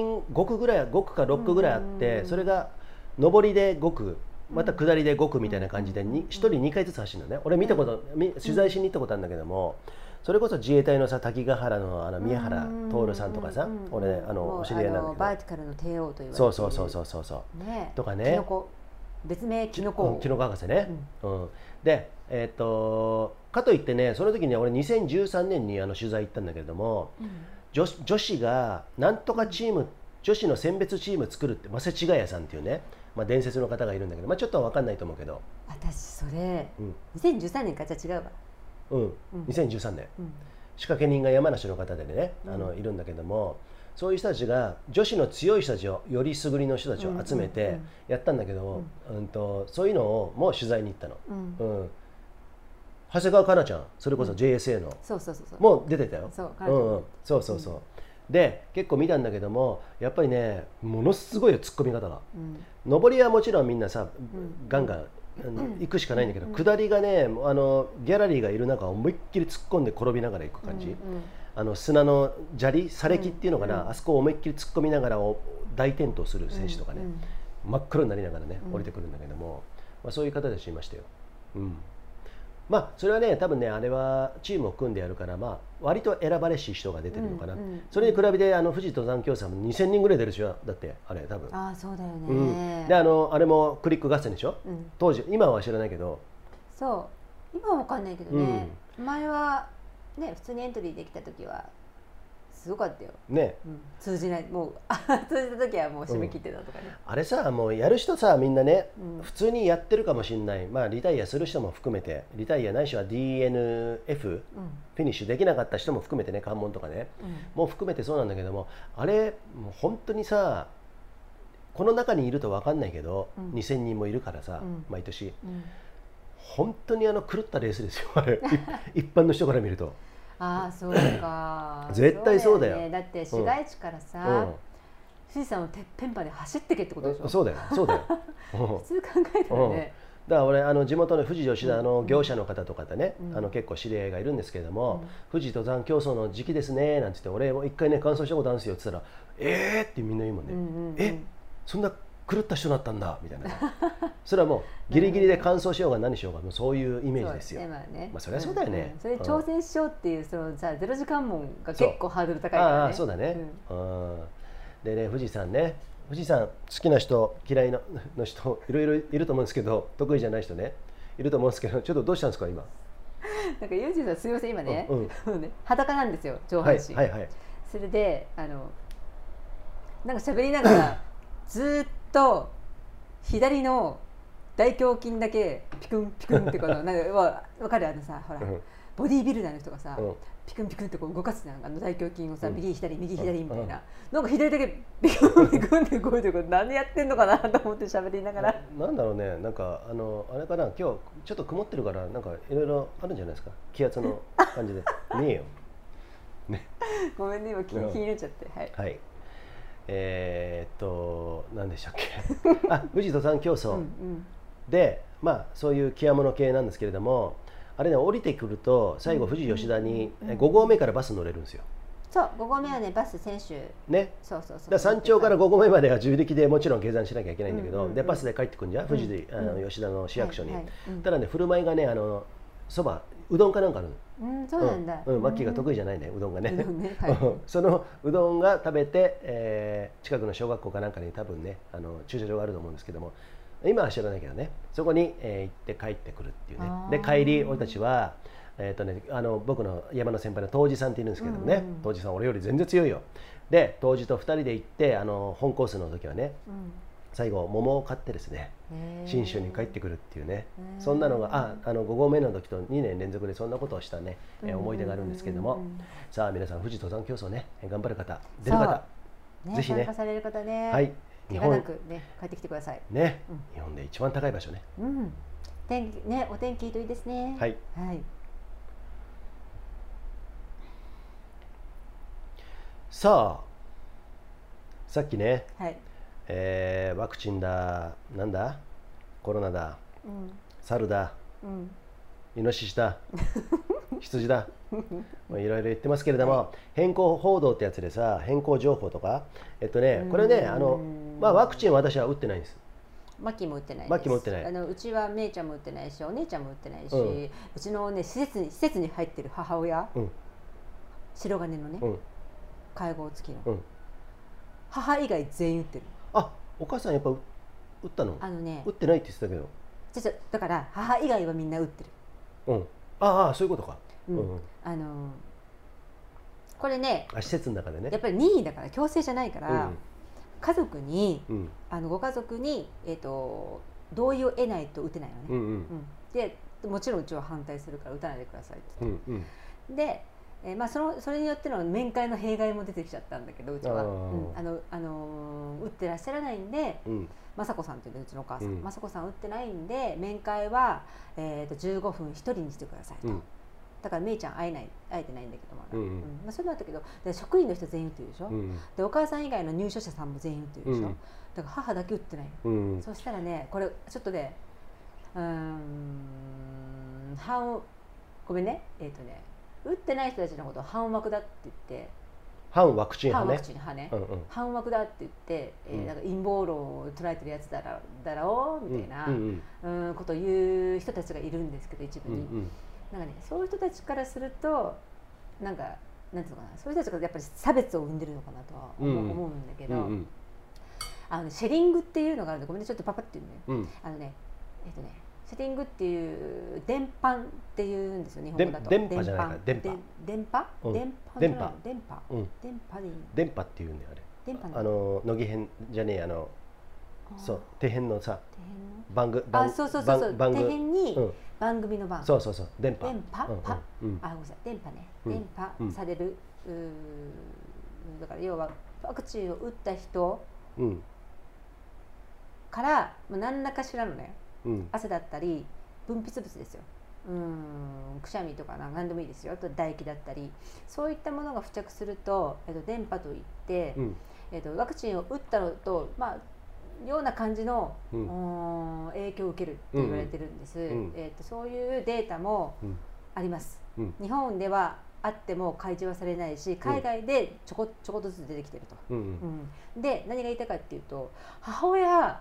5区ぐらい、5区か6区ぐらいあって、それが上りで5区、また下りで5区みたいな感じで1人2回ずつ走るのね。俺見たこと、取材しに行ったことあるんだけども、それこそ自衛隊のさ、滝ヶ原の宮原徹さんとかさ、俺お知り合いなんだけど、
バーティカルの帝王と言われてる、
そうとかね、
別名キノコ
博士ね。でかといってね、その時に俺2013年に取材行ったんだけれども、女子がなんとかチーム、女子の選別チーム作るって、瀬千ヶ谷さんっていうね、伝説の方がいるんだけど、ちょっと分かんないと思うけど、
私それ、2013年か、じゃあ違うわ。
2013年、仕掛け人が山梨の方でね、いるんだけども、そういう人たちが女子の強い人たちを、よりすぐりの人たちを集めてやったんだけど、そういうのをもう取材に行ったの。長谷川香菜ちゃん、それこそ JSA のもう出てたよ。そうで結構見たんだけども、やっぱりね、ものすごいよ、ツッコミ方が。上りはもちろんみんなさ、ガンガン行くしかないんだけど、下りがね、ギャラリーがいる中思いっきり突っ込んで転びながら行く感じ。砂の砂利、砂礫っていうのかな、あそこを思いっきり突っ込みながら大転倒する選手とかね、真っ黒になりながらね降りてくるんだけども、そういう方たちいましたよ。それはね、多分ね、あれはチームを組んでやるから、割と選ばれし人が出てるのかな。それに比べて富士登山競争も2000人ぐらい出るでしょ、だってあれ多分。
そうだよね。
であれもクリック合戦でしょ、当時。今は知らないけど。
そう今は分かんないけどね、前はね、普通にエントリーできた時はすごかったよね。通じない、もう通じた時はもう締め切ってたとかね。
あれさ、もうやる人さ、みんなね、普通にやってるかもしれない、リタイアする人も含めて、リタイアないしは DNF、フィニッシュできなかった人も含めてね、関門とかね、もう含めてそうなんだけども、あれもう本当にさ、この中にいると分かんないけど、2000人もいるからさ、毎年、本当に狂ったレースですよ、あれ一般の人から見ると。
そうか
絶対そうだよ。
だって市街地からさ、富士山のてっぺんまで走ってけってことでしょ。
そうだよ
普通考えたらね。
だから俺地元の富士吉田の業者の方とかでね、結構知り合いがいるんですけれども、富士登山競争の時期ですねなんて言って、俺も一回ね完走したことあるんですよって言ったら、ってみんな言うもんね。そんな狂った人だったんだみたいな。それはもうギリギリで完走しようが何しようが、もうそういうイメージですよ。それはそうだよね。
それ挑戦しようっていう、そのさ、0時間門が結構ハードル高いからね。
そうだね。でね、富士山ね、富士山好きな人嫌いの人いろいろいると思うんですけど、得意じゃない人ねいると思うんですけど、ちょっとどうしたんですか今。
なんかユージさん、すみません、今ね、裸なんですよ、上半身。それでなんか喋りながらずっと左の大胸筋だけピクンピクンってことなんか分かる、さ、ほらボディービルダーの人がさ、ピクンピクンってこう動かすじゃん、大胸筋をさ、右左右左みたいな、なんか左だけピクンピクンって動いてる、何やってんのかなと思って喋りながら、
なんだろうね、なんかあれかな、今日ちょっと曇ってるからなんかいろいろあるんじゃないですか、気圧の感じでねえよね、
ごめんね今気になっちゃって、はい、
何でしたっけ富士登山競争で、まあそういう極物系なんですけれども、あれね、降りてくると最後富士吉田に5合目からバス乗れるんですよ。
そう5合目はねバス選手
ね、
そうそうそう、
だ山頂から5合目までは重力でもちろん下山しなきゃいけないんだけど、でバスで帰ってくるんじゃん、富士で吉田の市役所に。ただね、振る舞いがね、そばうどんかなんかある。
そうなんだ。
マッキーが得意じゃないね、うどんがね。そのうどんが食べて、近くの小学校かなんかに多分ね、駐車場があると思うんですけども、今は知らないけどね、そこに行って帰ってくるっていうね。で帰り俺たちは僕の山の先輩の杜氏さんっているんですけどもね、杜氏さん俺より全然強いよ。で杜氏と2人で行って本コースの時はね、最後桃を買ってですね、信州に帰ってくるっていうね、そんなのが5合目の時と2年連続でそんなことをしたね、思い出があるんですけども、さあ皆さん富士登山競争ね、頑張る方出る方、ぜひね、
参加される方ね、
はい、
怪我なくね帰ってきてください
ね、日本で一番高い場所ね、
天気ね、お天気いいといいですね。
はい、
はい、
さあさっきね、
はい、
ワクチンだ、なんだコロナだ、猿だ、イノシシだ羊だいろいろ言ってますけれども、変更報道ってやつでさ、変更情報とかこれね、ワクチンは私は打ってないんです。
マッキーも打ってないです。
マッキーも打ってない。
うちはめいちゃんも打ってないし、お姉ちゃんも打ってないし、うちのね施設に入ってる母親、白金のね、介護付きの、母以外全員打ってる。
あ、お母さんやっぱ打ったの？打ってないって言ってたけど。
だから母以外はみんな打ってる。
ああ、そういうことか。
これね、
施設の中でね、
やっぱり任意だから強制じゃないから、家族に、ご家族に同意を得ないと打てないよね。でもちろんうちは反対するから打たないでくださいって言って、でそれによっての面会の弊害も出てきちゃったんだけど、うちは打ってらっしゃらないんで、雅子さんっていううちのお母さん、雅子さん打ってないんで面会は15分1人にしてくださいと。だからめいちゃん会えてないんだけども、そうなったけど、職員の人全員打ってるでしょ、でお母さん以外の入所者さんも全員打ってるでしょ、だから母だけ打ってないの。そしたらね、これちょっとね、ごめんね、打ってない人たちのことを反枠だって言って、
反ワクチン派
ね、反枠だって言って、なんか陰謀論を捉えてるやつだろうみたいなことを言う人たちがいるんですけど、一部に。なんかね、そういう人たちからするとなんていうのかな、そういう人たちがやっぱり差別を生んでるのかなとは思うんだけど、シェリングっていうのがあるんで、ごめんねちょっとパパって言うね、シェリングっていう電波っていうんですよ、日本語だと。
電波じゃないから、電波
でいい
電波っていうんだよ、あれ。乃木編じゃねえ、そう、底辺のさ、
そう底辺に番組の番、
そう電波、
電波ね、電波される、だから要はワクチンを打った人から何らかしらのね、汗だったり分泌物ですよ、くしゃみとか何でもいいですよ、と唾液だったり、そういったものが付着すると、電波といって、ワクチンを打ったのとような感じの、影響を受けるって言われてるんです。そういうデータもあります。日本ではあっても開示はされないし、海外でちょこっとずつ出てきてると。で何が言いたいかっていうと、母親、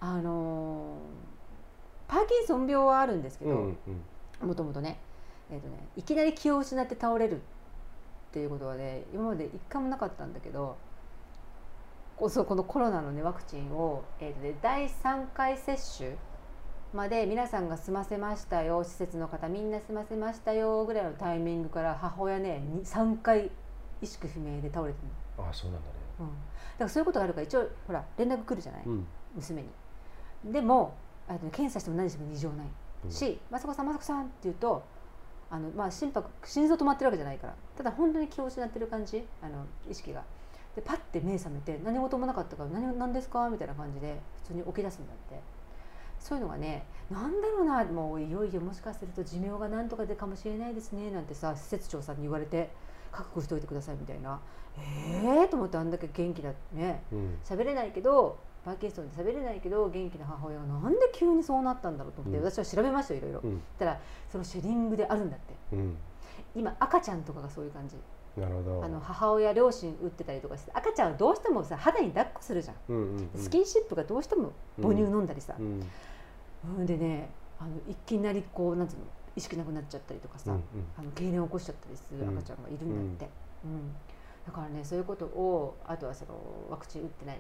パーキンソン病はあるんですけど、もともとね、いきなり気を失って倒れるっていうことはね、今まで一回もなかったんだけど、このコロナの、ね、ワクチンを、第3回接種まで皆さんが済ませましたよ、施設の方みんな済ませましたよぐらいのタイミングから母親ね3回意識不明で倒れてるの。
ああ、そうなんだね。
だからそういうことがあるから、一応ほら連絡来るじゃない、娘に。でも検査しても何しても異常ないし、雅子さんって言うとまあ、心臓止まってるわけじゃないから、ただ本当に気を失ってる感じ、意識が。でパッて目覚めて何事もなかったから何ですかみたいな感じで普通に起き出すんだって。そういうのがね、なんだろうな、もういよいよもしかすると寿命がなんとかでかもしれないですねなんてさ、施設長さんに言われて覚悟しておいてくださいみたいな、と思って、あんだけ元気だってね、喋れないけどパーキンソンで喋れないけど元気な母親がなんで急にそうなったんだろうと思って、私は調べましたよ、いろいろ。たらそのシェディングであるんだって、今赤ちゃんとかがそういう感じ。なるほど。母親両親打ってたりとかして、赤ちゃんはどうしてもさ肌に抱っこするじゃん、スキンシップがどうしても母乳飲んだりさ、でね、いきなりこうなんつうの、意識なくなっちゃったりとかさ、痙攣を起こしちゃったりする赤ちゃんがいるんだって、だからね、そういうことを、あとはそのワクチン打ってない、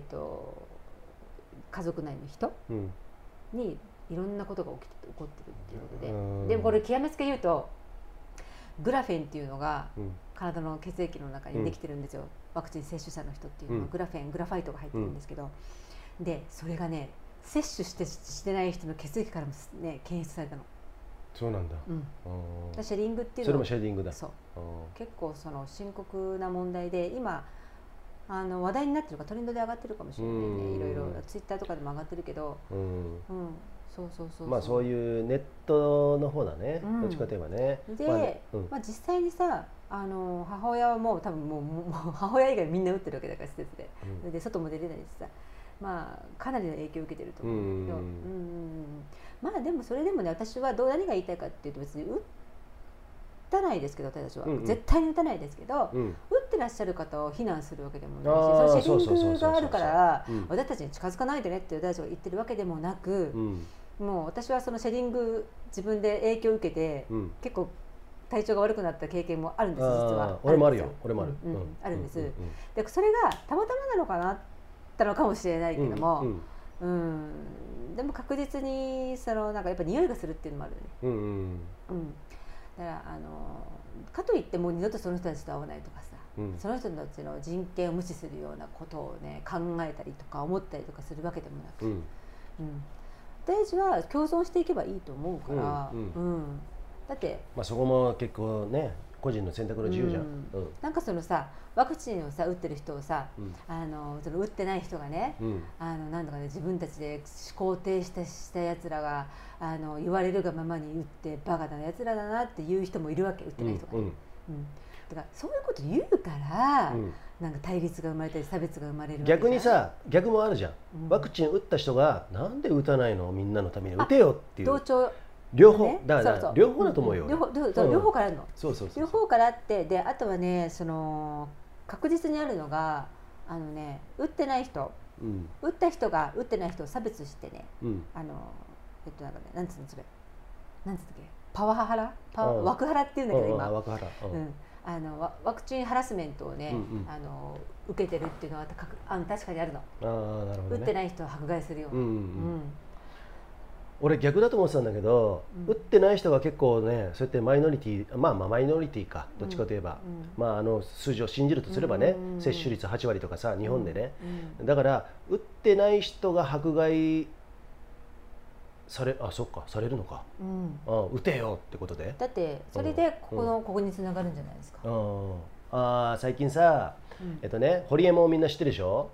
家族内の人にいろんなことが起こってるっていうことで、でもこれ極めつけ言うとグラフェンっていうのが体の血液の中にできてるんですよ、ワクチン接種者の人っていうのはグラフェン、グラファイトが入ってるんですけど、でそれがね、接種してない人の血液からもね検出されたの。
そうなんだ。
シェディングっていうのは、
それもシェディングだ。
そう、結構その深刻な問題で、今話題になってるかトレンドで上がってるかもしれないね。いろいろツイッターとかでも上がってるけど、そう
まあそういうネットの方だね、どっちかといえばね。
で、まあ実際にさ、母親はもう多分もう母親以外みんな打ってるわけだから、施設で、で外も出れないしさ、まあかなりの影響を受けてると思うんだけど、まあでもそれでもね、私は何が言いたいかっていうと、別に打たないですけど、私たちは絶対に打たないですけど、打ってらっしゃる方を非難するわけでもないし、そのシェディングがあるから私たちに近づかないでねって私たちが言ってるわけでもなく、もう私はそのシェディング自分で影響を受けて、結構体調が悪くなった経験もあるんです、実は。
俺もあるよ、俺もある。
あるんです。でそれがたまたまなのかなったのかもしれないけども、でも確実にそのなんかやっぱ匂いがするっていうのもあるよね。だからかといってもう二度とその人たちと会わないとかさ、その人たちの人権を無視するようなことをね考えたりとか思ったりとかするわけでもなく、私たちは共存していけばいいと思うから、だって
まあそこも結構ね、個人の選択の自由じゃん。
なんかそのさ、ワクチンをさ打ってる人をさ、その打ってない人がね、なんとかね、自分たちで肯定したやつらが言われるがままに打ってバカなやつらだなっていう人もいるわけ、打ってない人がね。だからそういうこと言うから、なんか対立が生まれたり差別が生まれるわけじゃん。
逆にさ、逆もあるじゃん。ワクチン打った人がなんで打たないの、みんなのために打てよっていう。
同調
両方だから両方だと思うよ。
両方からあるの。両方からあって、であとはね、その確実にあるのが打ってない人、打った人が打ってない人を差別してね、なんかね、なんつうのそれ、なんつうっけ、パワハラ、ワクハラっていうんだけど今、ワクチンハラスメントをね、受けてるっていうのは確かにあるの。打ってない人を迫害するような。
俺逆だと思ってたんだけど、打ってない人が結構ね、そうやってマイノリティ、まあマイノリティか、どっちかといえば、まあ数字を信じるとすればね、接種率8割とかさ、日本でね、だから打ってない人が迫害そっか、されるのか、打てよってことで。
だってそれでここに繋がるんじゃないですか。
最近さ、ホリエモンみんな知ってるでしょ。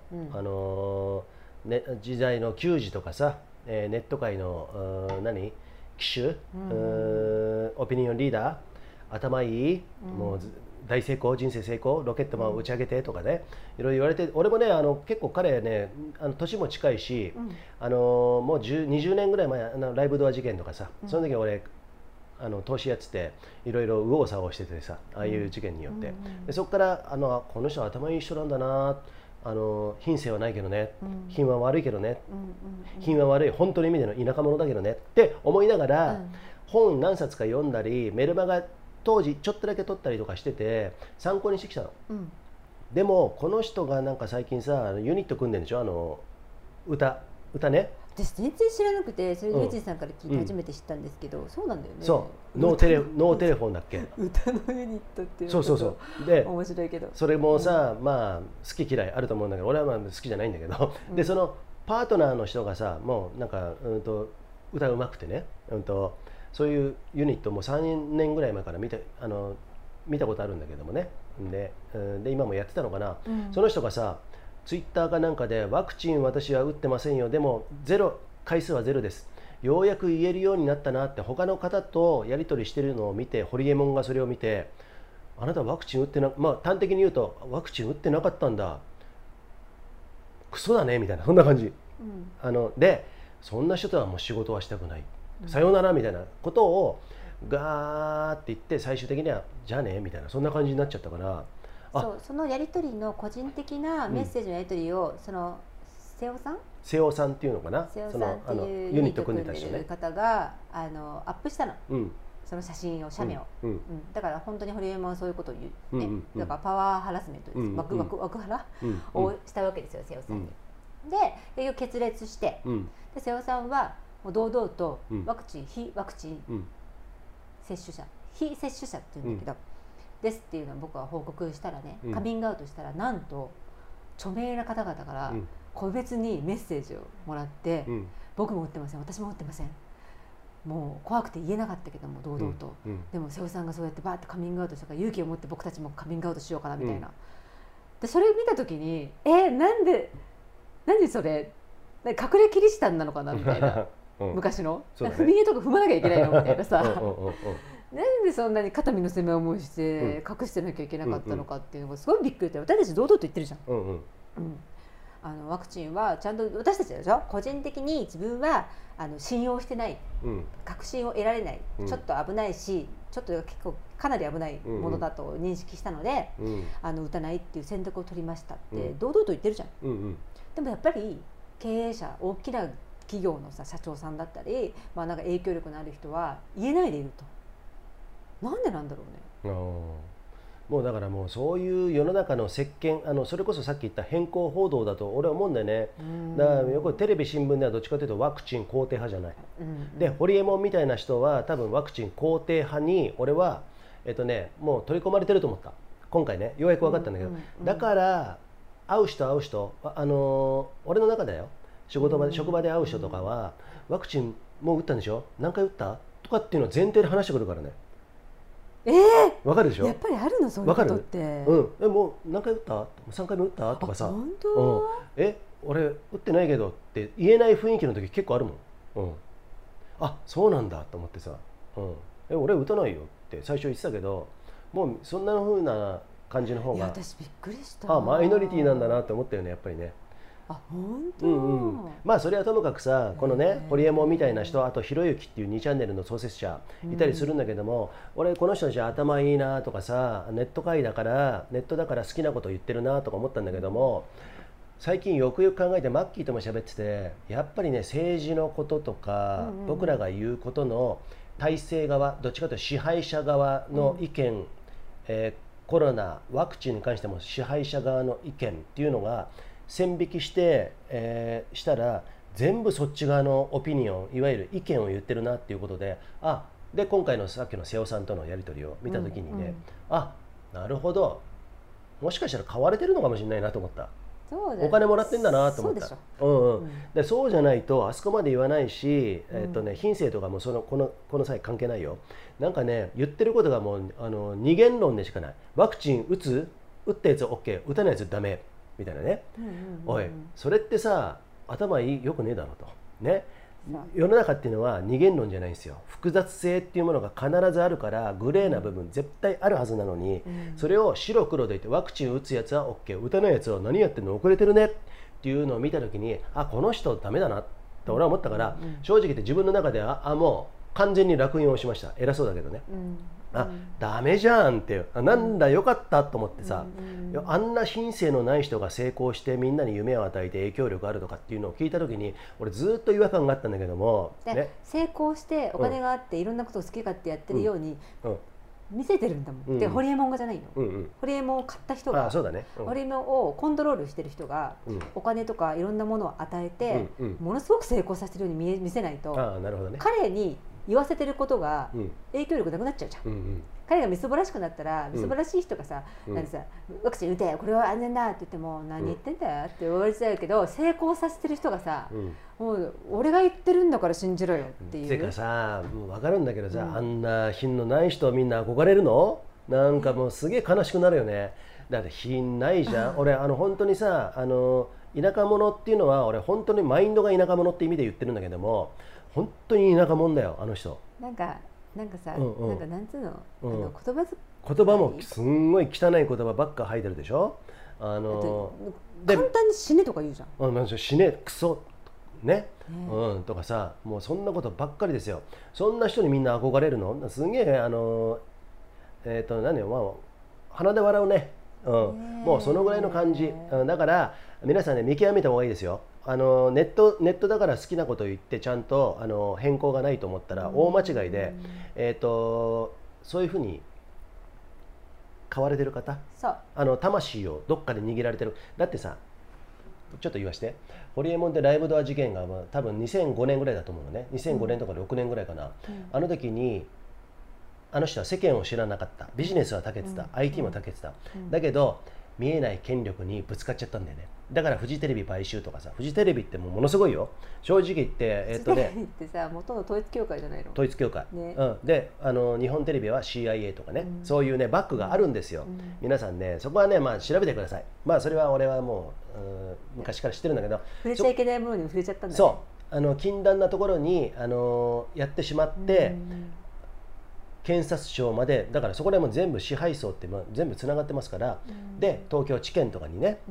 時代の球児とかさ、ネット界の機種、オピニオンリーダー、頭いい、もう大成功、人生成功、ロケットマンを打ち上げてとかね、いろいろ言われて、俺もね結構彼ね、年も近いし、もう20年ぐらい前、ライブドア事件とかさ、その時俺投資やってて、いろいろ右往左往しててさ、ああいう事件によって、でそこからこの人は頭いい人なんだな、品性はないけどね、品は悪いけどね、品は悪い、本当の意味での田舎者だけどねって思いながら、本何冊か読んだり、メルマガ当時ちょっとだけ取ったりとかしてて参考にしてきたの。でもこの人がなんか最近さ、ユニット組んでるんでしょ、歌ね。
私全然知らなくて、それでユージンさんから聞いて初めて知ったんですけど、そうなんだよね。
そうノーテレフォンだっけ、
歌のユニットっていうの。
そうで
面白いけど、
それもさ、まあ好き嫌いあると思うんだけど、俺はまあ好きじゃないんだけど、でそのパートナーの人がさ、もうなんか歌うまくてね、 そういうユニットも3年ぐらい前から見たことあるんだけどもね。で今もやってたのかな、その人がさツイッターかなんかでワクチン私は打ってませんよ、でも回数はゼロです、ようやく言えるようになったなって他の方とやり取りしてるのを見て、ホリエモンがそれを見て、あなたワクチン打ってな、端的に言うとワクチン打ってなかったんだ、クソだねみたいな、そんな感じ、でそんな人とはもう仕事はしたくない、さよならみたいなことをガーって言って、最終的にはじゃあねみたいな、そんな感じになっちゃったから、
そのやり取りの個人的なメッセージのやり取りを、その瀬尾さん
っていうのかな、
瀬尾さんっていうユニット組んでる方がアップしたの、その写真を、写メを、だから本当にホリエモンはそういうことを言う、ね、だからパワーハラスメントです、ワクハラをしたわけですよ、瀬尾さんに。で結局決裂して、で瀬尾さんはもう堂々と非ワクチン接種者っていうんだけど、ですっていうのを僕は報告したらね、カミングアウトしたら、なんと著名な方々から個別にメッセージをもらって、僕も打ってません、私も打ってません、もう怖くて言えなかったけども堂々と、でも瀬尾さんがそうやってバーってカミングアウトしたから、勇気を持って僕たちもカミングアウトしようかなみたいな、でそれを見た時に何それ隠れキリシタンなのかなみたいな昔の、踏み絵とか踏まなきゃいけないのみたいなさなんでそんなに肩身の狭い思いして隠してなきゃいけなかったのかっていうのがすごいびっくりで、私たち堂々と言ってるじゃん。ワクチンはちゃんと私たちでしょ、個人的に自分は信用してない、確信を得られない、ちょっと危ないし、ちょっと結構かなり危ないものだと認識したので、打たないっていう選択を取りましたって堂々と言ってるじゃん。でもやっぱり経営者、大きな企業の社長さんだったり、なんか影響力のある人は言えないでいると。なんでなんだろうね。
もうだからもうそういう世の中の席巻、それこそさっき言った偏向報道だと俺は思うんだよね。だからよくテレビ新聞ではどっちかというとワクチン肯定派じゃない、でホリエモンみたいな人は多分ワクチン肯定派に俺はもう取り込まれてると思った、今回ね、ようやく分かったんだけど、だから会う人俺の中だよ、職場で会う人とかはワクチンもう打ったんでしょ、何回打ったとかっていうのを前提で話してくるからね。わかるでしょ。
やっぱりあるの、そういうことって。
もう何回打った、3回目打ったとかさ、
本当、
俺打ってないけどって言えない雰囲気の時結構あるもん。あ、そうなんだと思ってさ、俺打たないよって最初言ってたけど、もうそんな風な感じの方が、
私びっくりした。
マイノリティなんだなって思ったよね、やっぱりね。
本当。
それはともかくさ、このねホリエモンみたいな人、あとひろゆきっていう2チャンネルの創設者いたりするんだけども、俺この人たち頭いいなとかさ、ネットだから好きなこと言ってるなとか思ったんだけども、最近よくよく考えてマッキーとも喋ってて、やっぱりね政治のこととか、僕らが言うことの体制側、どっちかというと支配者側の意見、コロナワクチンに関しても支配者側の意見っていうのが線引きして、したら全部そっち側のオピニオン、いわゆる意見を言ってるなっていうことで、で今回のさっきの瀬尾さんとのやり取りを見た時にね、なるほど、もしかしたら買われてるのかもしれないなと思った。お金もらってんだなと思った。でそうじゃないとあそこまで言わないし、品性とかもこの際関係ないよ。なんかね、言ってることがもう二元論でしかない。ワクチン打ったやつ OK、 打たないやつダメみたいなね。おい、それってさ頭よくねえだろとね。世の中っていうのは二元論じゃないんですよ。複雑性っていうものが必ずあるから、グレーな部分絶対あるはずなのに、それを白黒で言って、ワクチン打つやつは OK、 打たないやつは何やってんの遅れてるねっていうのを見た時に、この人ダメだなって俺は思ったから、正直言って自分の中ではもう完全に烙印をしました。偉そうだけどね。ダメじゃんって、なんだよかったと思ってさ、あんな品性のない人が成功してみんなに夢を与えて影響力あるとかっていうのを聞いた時に、俺ずっと違和感があったんだけども、
成功してお金があっていろんなことを好き勝手やってるように見せてるんだもん。でホリエモンがじゃないの、ホリエモンを買った人が、ホリエモンをコントロールしてる人がお金とかいろんなものを与えて、ものすごく成功させてるように見せないと、彼に言わせてることが
うん
影響力なくなっちゃうじゃん。
うんうん
彼がみすぼらしくなったら、みすぼらしい人がさ、
うん
なんかさ、ワクチン打てよ、これは安全だって言っても、何言ってんだよって言われちゃうけど、成功させてる人がさ、もう俺が言ってるんだから信じろよっていう。
てかさ、もう分かるんだけどさ、
うん、
あんな品のない人みんな憧れるの？なんかもうすげえ悲しくなるよね。だって品ないじゃん。俺本当にさ、田舎者っていうのは俺本当にマインドが田舎者って意味で言ってるんだけども、本当に田舎者だよあの人。
なんかさ、
うんうん、
なんかなんつうの、
うん、
言
葉もすんごい汚い言葉ばっか吐いてるでしょ。
簡単に死ねとか言うじゃん。
死ねクソね、うん、とかさ、もうそんなことばっかりですよ。そんな人にみんな憧れるの？すげえ何よ、まあ鼻で笑うね。もうそのぐらいの感じ。だから皆さんね、見極めた方がいいですよ。ネットだから好きなことを言ってちゃんと変更がないと思ったら大間違いで、そういうふうに買われてる方、魂をどっかで握られてる。だってさ、ちょっと言わして、ホリエモンでライブドア事件が多分2005年ぐらいだと思うのね。2005年とか6年ぐらいかな。あの時にあの人は世間を知らなかった。ビジネスは長けてた、IT も長けてた。だけど見えない権力にぶつかっちゃったんだよね。だからフジテレビ買収とかさ、フジテレビってものすごいよ、正直言って。
フジテレビってさ、元の統一教会じゃないの？統
一教会、で日本テレビは CIA とかね、そういうねバックがあるんですよ。皆さんね、そこはね、まあ調べてください。まあそれは俺はもう昔から知ってるんだけど、
触れちゃいけないものに触れちゃったんだね。
そう禁断なところにやってしまって、検察庁まで、だからそこでも全部支配層って全部つながってますから、で東京地検とかにね、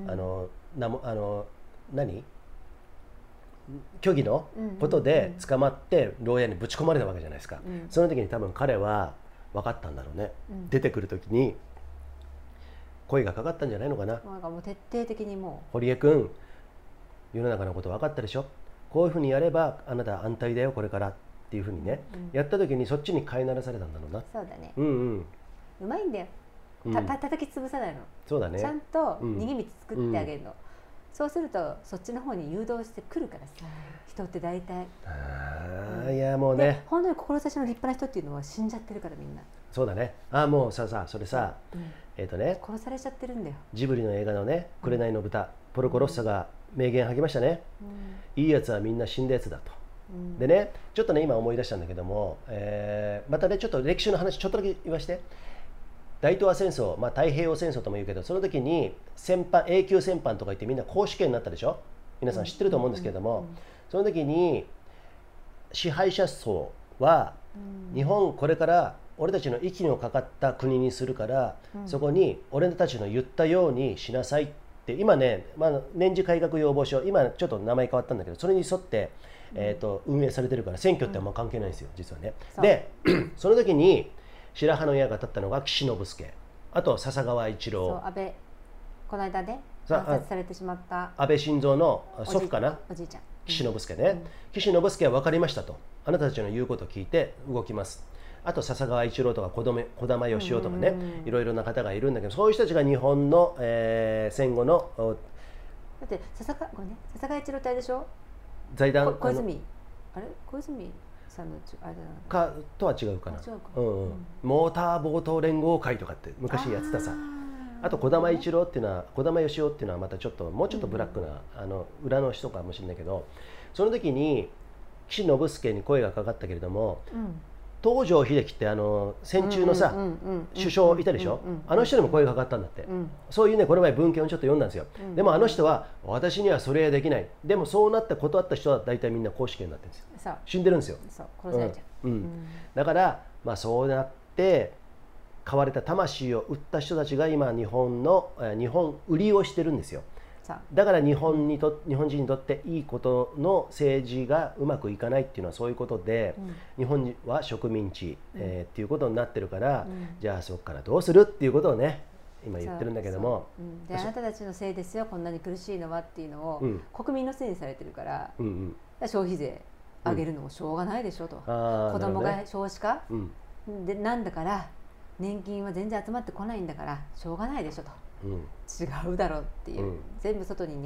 虚偽のことで捕まって牢屋にぶち込まれたわけじゃないですか。その時に多分彼は分かったんだろうね。出てくる時に声がかかったんじゃないのかな。
なんかもう徹底的にもう、
堀江君、世の中のこと分かったでしょ、こういうふうにやればあなた安泰だよこれからっていうふうにね、やった時にそっちに飼いならされたんだろうな。
そうだね。
う
まいんだよ。叩き潰さないの。
そうだね。
ちゃんと逃げ道作ってあげるの。そうするとそっちの方に誘導してくるからさ、人って大体。
いやもうね、
本当に志の立派な人っていうのは死んじゃってるから、みんな。
そうだね。もうそれさ、
殺されちゃってるんだよ。
ジブリの映画のね、紅の豚、ポルコロッサが名言吐きましたね。いいやつはみんな死んだやつだと。でね、ちょっとね今思い出したんだけども、またねちょっと歴史の話ちょっとだけ言わして。大東亜戦争、太平洋戦争とも言うけど、その時に永久戦犯とか言ってみんな公主権になったでしょ。皆さん知ってると思うんですけれども、その時に支配者層は、日本これから俺たちの息のかかった国にするから、そこに俺たちの言ったようにしなさいって、今ね、年次改革要望書、今ちょっと名前変わったんだけど、それに沿って運営されてるから、選挙ってあんま関係ないんですよ実はね。でその時に白羽の矢が立ったのが岸信介、あと笹川一郎、
この間ね暗殺されてしまった
安倍晋三の祖父かな、
おじいちゃん、
岸信介ね。岸信介は分かりましたと、あなたたちの言うことを聞いて動きます。あと笹川一郎とか児玉義雄とかね、いろいろな方がいるんだけど、そういう人たちが日本の、戦後の
だって笹川一郎ってあれでしょ、
財団
小泉さんのあれ
かとは違うかな。モーターボート連合会とかって昔やってたさ。あと児玉一郎っていうのは、児玉義雄っていうのはまたもうちょっとブラックな、裏の人かもしれないけど、その時に岸信介に声がかかったけれども、東條英機って戦中のさ首相いたでしょ、あの人にも声がかかったんだって、そういうね、この前文献をちょっと読んだんですよ。でもあの人は私にはそれはできない、でもそうなって断った人は大体みんな公主権になってるんですよ。死んでるんですよ。
殺されちゃう。
だからそうなって買われた魂を売った人たちが今日本売りをしてるんですよ。だから日本人にとっていいことの政治がうまくいかないっていうのはそういうことで、日本は植民地、っていうことになってるから、じゃあそこからどうするっていうことをね今言ってるんだけども、
であなたたちのせいですよこんなに苦しいのはっていうのを、国民のせいにされてるから、消費税上げるのもしょうがないでしょと、子供が少子化、でなんだから年金は全然集まってこないんだからしょうがないでしょと。違うだろうっていう、全部外にね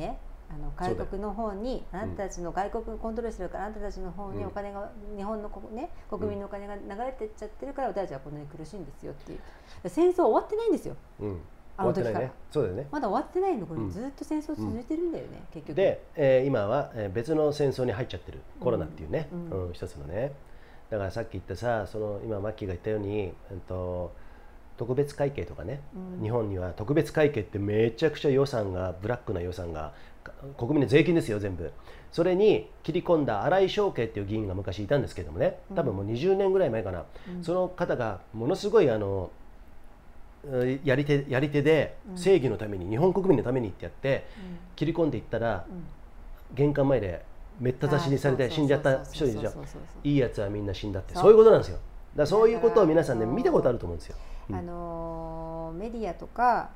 外国の方にあなたたちの外国コントロールしてるからあなたたちの方にお金が、日本の、ね、国民のお金が流れてっちゃってるから私たちはこんなに苦しいんですよっていう。戦争終わってないんですよ、あの時から、ね、
そうだよね、
まだ終わってないの。これずっと戦争続いてるんだよね、結局
で、今は別の戦争に入っちゃってる、コロナっていうね、一つのね。だからさっき言ったさ、今マッキーが言ったように、特別会計とかね、日本には特別会計ってめちゃくちゃ予算がブラックな予算が国民の税金ですよ全部。それに切り込んだ荒井正慶っていう議員が昔いたんですけどもね、多分もう20年ぐらい前かな、その方がものすごいやり手で正義のために、日本国民のためにってやって切り込んでいったら、玄関前でめった刺しにされて死んじゃった人いるじゃん。いいやつはみんな死んだって、そういうことなんですよ。だからそういうことを皆さんね見たことあると思うんですよ。
メディアとか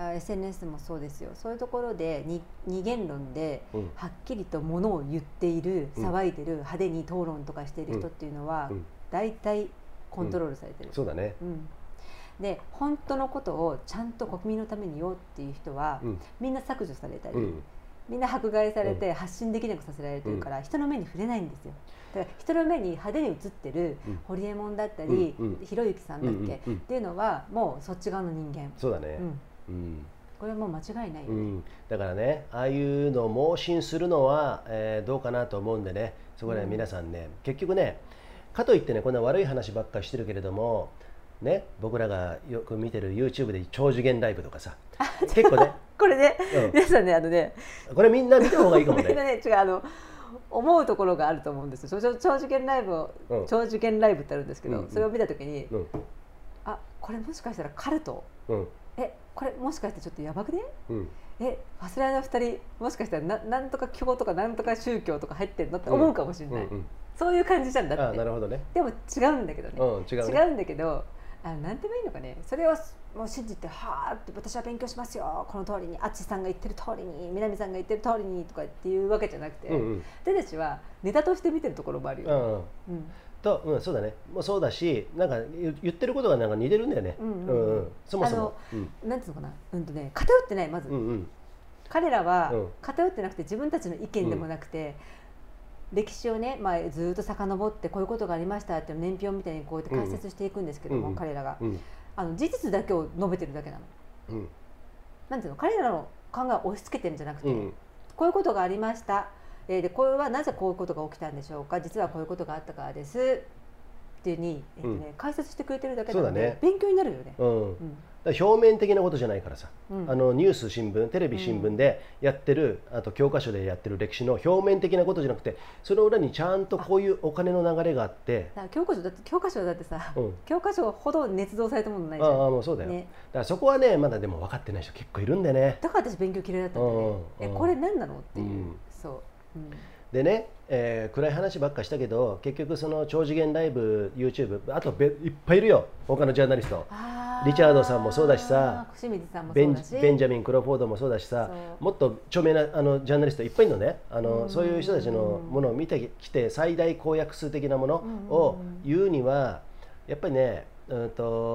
SNS もそうですよ。そういうところで二元論ではっきりとものを言っている、騒いでる、派手に討論とかしている人っていうのは大体コントロールされてる。
そうだね。
で本当のことをちゃんと国民のために言おうっていう人は、みんな削除されたり、みんな迫害されて発信できなくさせられてるから、人の目に触れないんですよ。だから人の目に派手に映ってるホリエモンだったり、ひろゆきさんだっけ、っていうのはもうそっち側の人間。
そうだね。
これはもう間違いないよね。
だからね、ああいうのを盲信するのは、どうかなと思うんでね、そこで皆さんね、結局ね、かといってね、こんな悪い話ばっかりしてるけれどもね、僕らがよく見てる YouTube で超次元ライブとかさ、結構ね
これね、皆さんね、
これみんな見た方がいいかもね。
みんなね、違う、思うところがあると思うんですよ。超次元ライブを、超次元ライブってあるんですけど、それを見たときに、あ、これもしかしたらカルト、これもしかしてちょっとやばくね、ファスラーの2人もしかしたらなんとか教とかなんとか宗教とか入ってるのって思うかもしれない、そういう感じじゃんだって。
なるほどね。
でも違うんだけどね、違うんだけど、なんでもいいのかね、それをもう信じて、はーって私は勉強しますよ、この通りに、あっちさんが言ってる通りに、南さんが言ってる通りにとかっていうわけじゃなくて、私たちはネタとして見てるところもあるよ。
そうだね。もうそうだし、なんか言ってることがなんか似てるんだよね。そもそも
なんていうのかな、偏ってない。まず彼らは偏ってなくて、自分たちの意見でもなくて、歴史をね、ずっと遡ってこういうことがありましたって年表みたいにこうやって解説していくんですけども、彼らが事実だけを述べてるだけなの。なんていうの、彼らの考えを押し付けてるんじゃなくて、こういうことがありました、でこれはなぜこういうことが起きたんでしょうか、実はこういうことがあったからですっていうふうに、解説してくれてるだけなので、勉強になるよね。表面的なことじゃないからさ、ニュース、新聞、テレビ、新聞でやってる、あと教科書でやってる歴史の表面的なことじゃなくて、その裏にちゃんとこういうお金の流れがあって、 教科書だってさ、教科書ほど捏造されたものないじゃん。
もうそうだよ。だからそこはね、まだでも分かってない人結構いるんでね。
だから私勉強嫌いだったんだよね。これ何なのっていう。そう。
でね、暗い話ばっかしたけど、結局その超次元ライブ YouTube、 あといっぱいいるよ、他のジャーナリスト。リチャードさんもそうだしさ、ベンジャミン・クロフォードもそうだしさ、もっと著名なジャーナリストいっぱいいるのね。そういう人たちのものを見てきて、最大公約数的なものを言うにはやっぱりね、分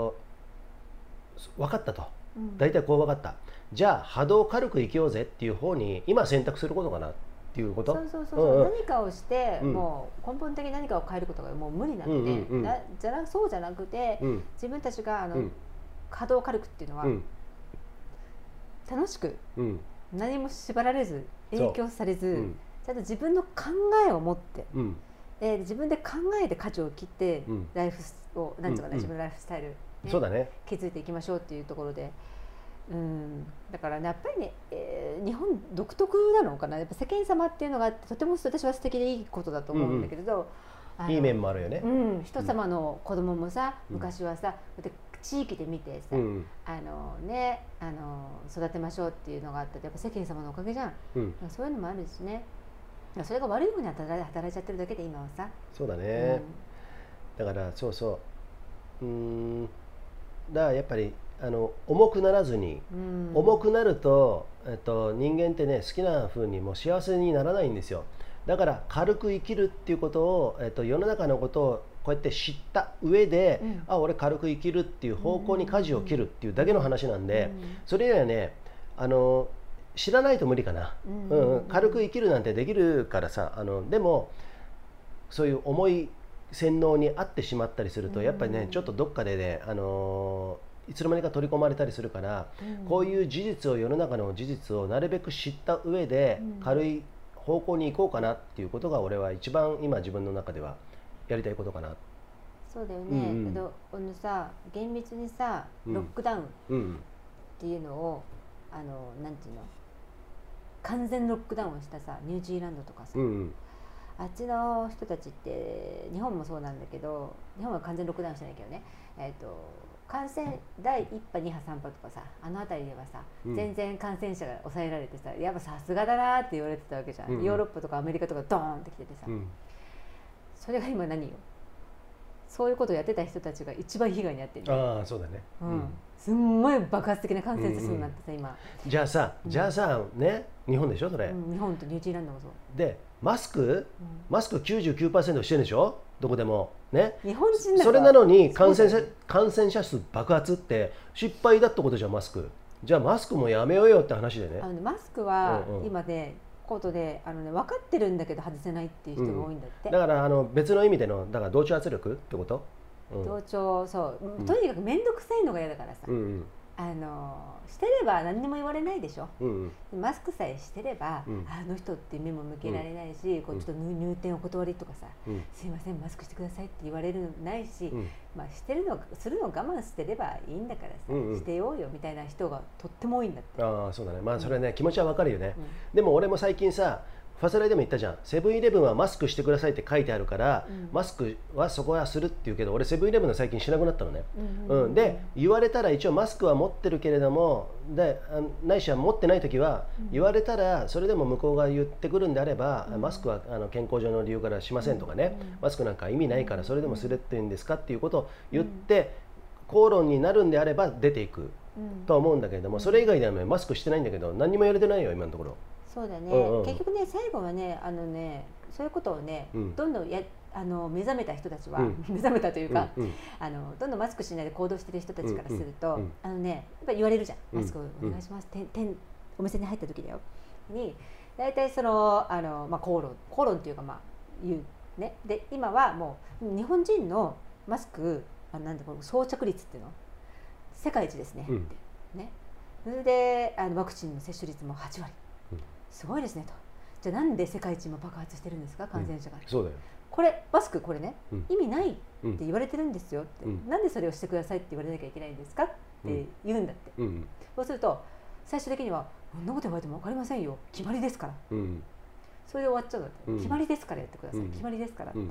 かったと、大体こう分かった、じゃあ波動軽く生きようぜっていう方に今選択することかなっていうこと。
何かをして、もう根本的に何かを変えることがもう無理なので、そうじゃなくて、自分たちが波動軽くっていうのは、楽しく、何も縛られず影響されず、ちゃんと自分の考えを持って、自分で考えて舵を切って、ライフをなんていうかね、自分のライフスタイル
そうだね、
築いていきましょうっていうところで。だからね、やっぱりね、日本独特なのかな、やっぱ世間様っていうのがあって、とても私は素敵でいいことだと思うんだけれど、
いい面もあるよね。
人様の子供もさ、昔はさ、地域で見てさ、育てましょうっていうのがあって、やっぱ世間様のおかげじゃん。そういうのもあるしね。それが悪い方に働いちゃってるだけで今はさ。
そうだね。だからそう。だからやっぱり重くならずに、重くなると、人間ってね、好きな風にもう幸せにならないんですよ。だから軽く生きるっていうことを、世の中のことをこうやって知った上で、俺軽く生きるっていう方向に舵を切るっていうだけの話なんで、それにはね、 知らないと無理かな。軽く生きるなんてできるからさ、でもそういう重い洗脳に合ってしまったりすると、やっぱりねちょっとどっかでね、いつの間にか取り込まれたりするから、こういう事実を、世の中の事実をなるべく知った上で軽い方向に行こうかなっていうことが、俺は一番今自分の中ではやりたいことかな。
そうだよね。さ、厳密にさ、ロックダウンっていうのを、なんていうの、完全ロックダウンをしたさ、ニュージーランドとかさ、あっちの人たちって、日本もそうなんだけど、日本は完全ロックダウンしてないけどね、感染第1波2波3波とかさ、あの辺りではさ、全然感染者が抑えられてさ、やっぱさすがだなって言われてたわけじゃん。ヨーロッパとかアメリカとかドーンってきててさ、それが今何よ、そういうことをやってた人たちが一番被害に遭ってる。
ああ、そうだね。
すんごい爆発的な感染者数になってさ、今。
じゃあさね、日本でしょそれ。
日本とニュージーランドもそう
で、マスク 99% してるでしょ、どこでもね。
日本人だから。
それなのに感染者数爆発って失敗だってことじゃん、マスク。じゃあマスクもやめようよって話でね。
マスクは今でコートで分かってるんだけど外せないっていう人が多いんだって。
だから別の意味での、だから同調圧力ってこと。
同調、そう、とにかく面倒くさいのが嫌だからさ、してれば何にも言われないでしょ。マスクさえしてれば、あの人って目も向けられないし、こうちょっと入店お断りとかさ、すいませんマスクしてくださいって言われるないし、まあしてるのするのを我慢してればいいんだからさ、してようよみたいな人がとっても多いんだって。
ああ、そうだね。まあそれね、気持ちはわかるよね。でも俺も最近さ、ファスライでも言ったじゃん、セブンイレブンはマスクしてくださいって書いてあるから、マスクはそこはするって言うけど、俺セブンイレブンの最近しなくなったのね。で言われたら、一応マスクは持ってるけれども、ないしは持ってない時は、言われたらそれでも向こうが言ってくるんであれば、マスクは健康上の理由からしませんとかね、マスクなんか意味ないからそれでもするっていうんですかっていうことを言って、口論になるんであれば出ていくとは思うんだけれども、それ以外ではマスクしてないんだけど、何にも言われてないよ今のところ。
そうだね、結局ね、最後はね、そういうことをね、どんどん目覚めた人たちは、目覚めたというか、どんどんマスクしないで行動している人たちからすると、やっぱり言われるじゃん、マスクお願いします、お店に入った時だよに、大体その口論っていうか、まあ言うね。で今はもう日本人のマスクなんで装着率っていうの世界一ですねってね。それでワクチンの接種率も8割。すごいですねと。じゃあなんで世界一も爆発してるんですか、感染者が。
そうだよ。
これマスクこれね、意味ないって言われてるんですよって、なんでそれをしてくださいって言われなきゃいけないんですかって言うんだって。そうすると最終的には、こんなこと言われても分かりませんよ、決まりですから、それで終わっちゃうんだって、決まりですからやってください、決まりですからって、って、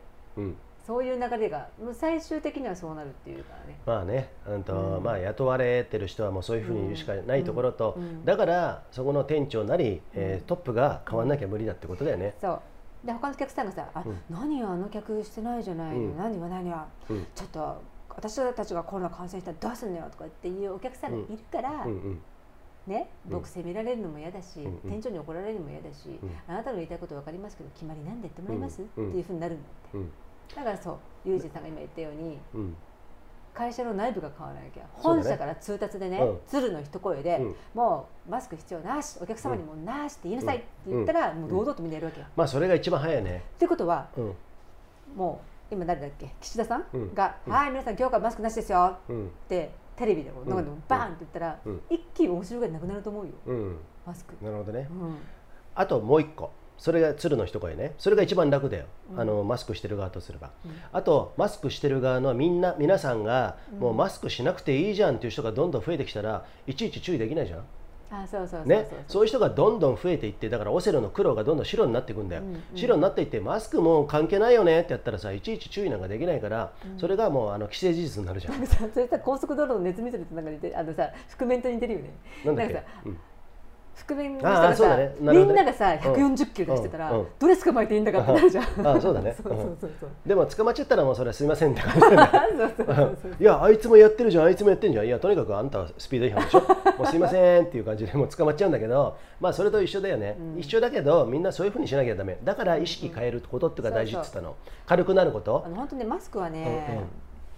そういう流れがもう最終的にはそうなるっていうかね。
まあね、まあ雇われてる人はもうそういうふうに言うしかないところと、だからそこの店長なり、トップが変わんなきゃ無理だってことだよね。
そうで、他のお客さんがさ、何よあの客してないじゃないの、何よ、ちょっと私たちがコロナ感染したらどうすんのよとかっていうお客さんがいるから、ね、僕責められるのも嫌だし、店長に怒られるのも嫌だし、あなたの言いたいこと分かりますけど決まりなんで言ってもらえます、っていうふうになるんだって。だからそう、ユージさんが今言ったように、会社の内部が変わらなきゃ、本社から通達でね、鶴の一声で、もうマスク必要なし、お客様にもなしって言いなさいって言ったら、もう堂々とみんなやるわけよ。
まあそれが一番早いね。
ってことは、もう今誰だっけ、岸田さんが「はい皆さん今日からマスクなしですよ」ってテレビでバーンって言ったら、一気に面白がなくなると思うよ、マスク。
なるほどね。あともう一個、それが鶴の一声ね。それが一番楽だよ、マスクしてる側とすれば。あとマスクしてる側の皆さんが、もうマスクしなくていいじゃんっていう人がどんどん増えてきたら、いちいち注意できないじゃん。そういう人がどんどん増えていって、だからオセロの黒がどんどん白になっていくんだよ。白になっていって、マスクも関係ないよねってやったらさ、いちいち注意なんかできないから、それがもう既成事実になるじゃん。
それさ、高速道路のネズミ捕りとなんか似て、覆面と似てるよね。
なんだっけ。
覆面の人がさ、みんながさ140キロ出してたら、どれ捕まえていいんだかってなるじゃん。
ああ、そうだね。でも捕まっちゃったらもうそれはすいませんって感じで、いやあいつもやってるじゃん、あいつもやってんじゃん、いやとにかくあんたはスピード違反でしょ、もうすいませんっていう感じでもう捕まっちゃうんだけど、まあそれと一緒だよね。一緒だけどみんなそういうふうにしなきゃダメだから、意識変えることっていうか大事って言ったの。軽くなること。
本当ね、マスクはね、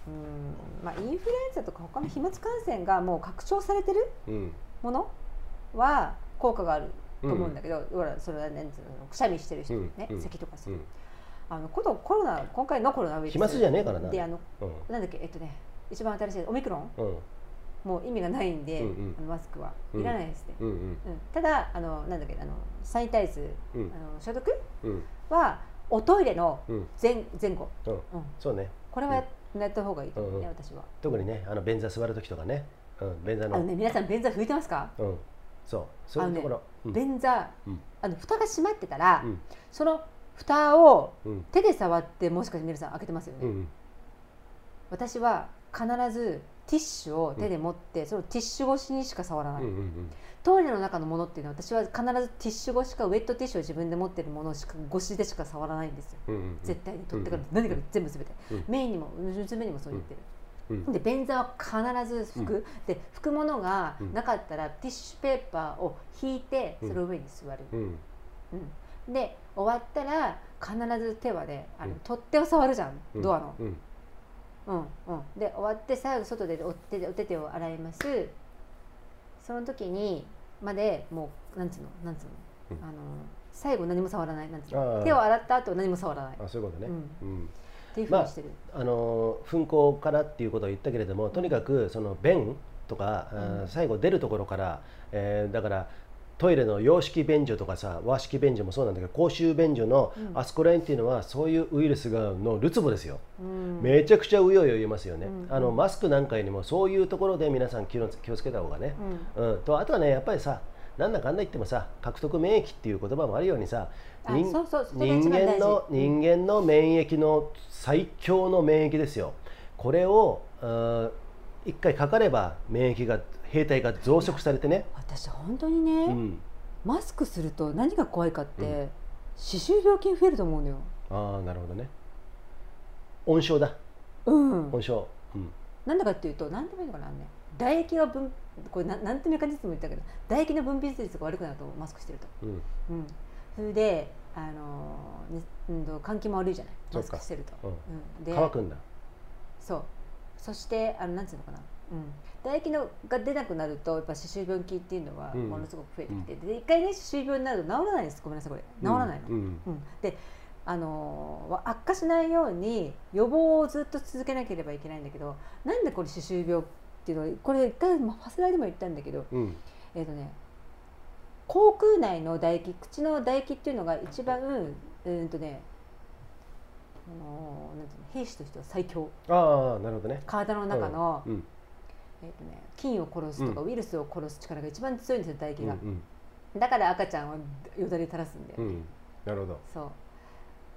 まあ、インフルエンザとか他の飛沫感染がもう拡張されてるものは効果があると思うんだけど、ほらそれはね、くしゃみしてる人ね、咳とかする、今回のコロナウイルス
飛沫じゃねえからな。
でなんだっけ一番新しいオミクロン、もう意味がないんで、マスクはいらないですね。ただなんだっけサニタイズ、消毒はおトイレの前後、
そうね。
これはやった方がいいと思うね、私は。
特にね、便座座る時とかね、便座の
皆さん便座拭いてますか？
そういうところ、
便座蓋が閉まってたら、その蓋を手で触って、もしかして皆さん開けてますよね。私は必ずティッシュを手で持って、そのティッシュ越しにしか触らない。トイレの中のものっていうのは、私は必ずティッシュ越しかウェットティッシュを自分で持ってるものしか越しでしか触らないんですよ。絶対に取ってから何から全部全て、メインにも娘にもそう言ってる。で便座は必ず拭く、で拭くものがなかったらティッシュペーパーを引いてその上に座る。で終わったら必ず手はね、取っ手を触るじゃん、ドアの。で終わって最後外でお手手を洗います。その時にまでもうなんつうの最後何も触らない、なんつうの、手を洗った後何も触らない。
そういうことね。
っていうふうにしてる。
噴口からっていうことを言ったけれども、とにかくその便とか、最後出るところから、だからトイレの洋式便所とかさ、和式便所もそうなんだけど、公衆便所のあそこら辺っていうのはそういうウイルスのるつぼですよ。めちゃくちゃうようよ言いますよね。マスクなんかよりもそういうところで皆さん気をつけた方がね。あとはね、やっぱりさ、なんだかんだ言ってもさ、獲得免疫っていう言葉もあるようにさ、人間の免疫の最強の免疫ですよ。これを一回かかれば兵隊が増殖されてね。
私本当にね、マスクすると何が怖いかって、歯周病菌増えると思うのよ。
なるほどね。温床だ。温床。
なんだかっていうと、なんでもいいのかな、唾液がこれなんてメカニズム言ったけど、唾液の分泌率が悪くなるとマスクしてると。それで換気も悪いじゃない、マスクしてると。
乾くんだ。
そしてなんていうのかな、唾液が出なくなると、やっぱ歯周病菌っていうのはものすごく増えてきて、で一回ね、歯周病になると治らないんです。ごめんなさい、これ治らないの。で悪化しないように予防をずっと続けなければいけないんだけど、なんでこれ歯周病っていうのは、これ一回ファスライでも言ったんだけど、口腔内の唾液、口の唾液っていうのが一番兵士としては最強。
なるほどね。
体の中の菌を殺すとかウイルスを殺す力が一番強いんですよ、唾液が。だから赤ちゃんはよだれ垂らすんだよね。
なるほど。
そう、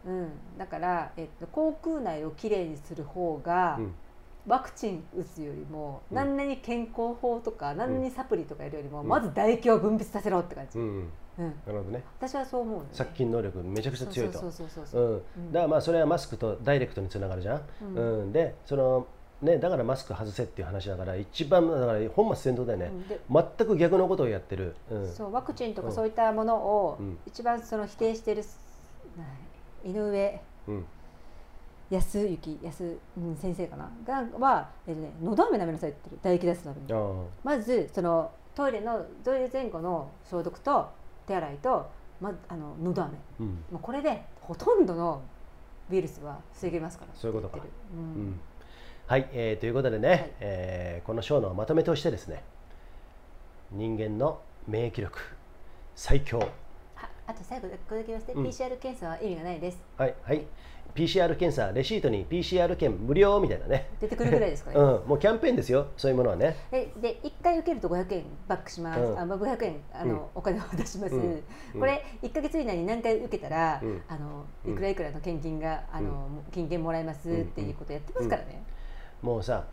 だから、口腔内をきれいにする方が、ワクチン打つよりも、何々健康法とか何々サプリとかやるよりも、まず唾液を分泌させろって感じ。
なるほどね。
私はそう思う、ね。
殺菌能力めちゃくちゃ強いと。だからまあそれはマスクとダイレクトにつながるじゃん。でそのね、だからマスク外せっていう話だから、一番だから本末転倒だよね。全く逆のことをやってる。
そう、ワクチンとかそういったものを一番その否定している井上康之先生かなはのど飴舐めなさいって言ってる、唾液出すために。まずそのトイレ前後の消毒と手洗いと、のど飴、もうこれでほとんどのウイルスは防げますから。
そういうことか。はい、ということでね、この章のまとめとしてですね、人間の免疫力最強。
あと最後これだけ言わせて、PCR 検査は意味がないです。
はい、PCR 検査、レシートに PCR 券無料みたいなね、
出てくるぐらいですかね。
もうキャンペーンですよ、そういうものはね。
で1回受けると500円バックします。500円お金を出します。これ1ヶ月以内に何回受けたらいくらいくらの献金が金券もらえますっていうことやってますからね。
もうさ、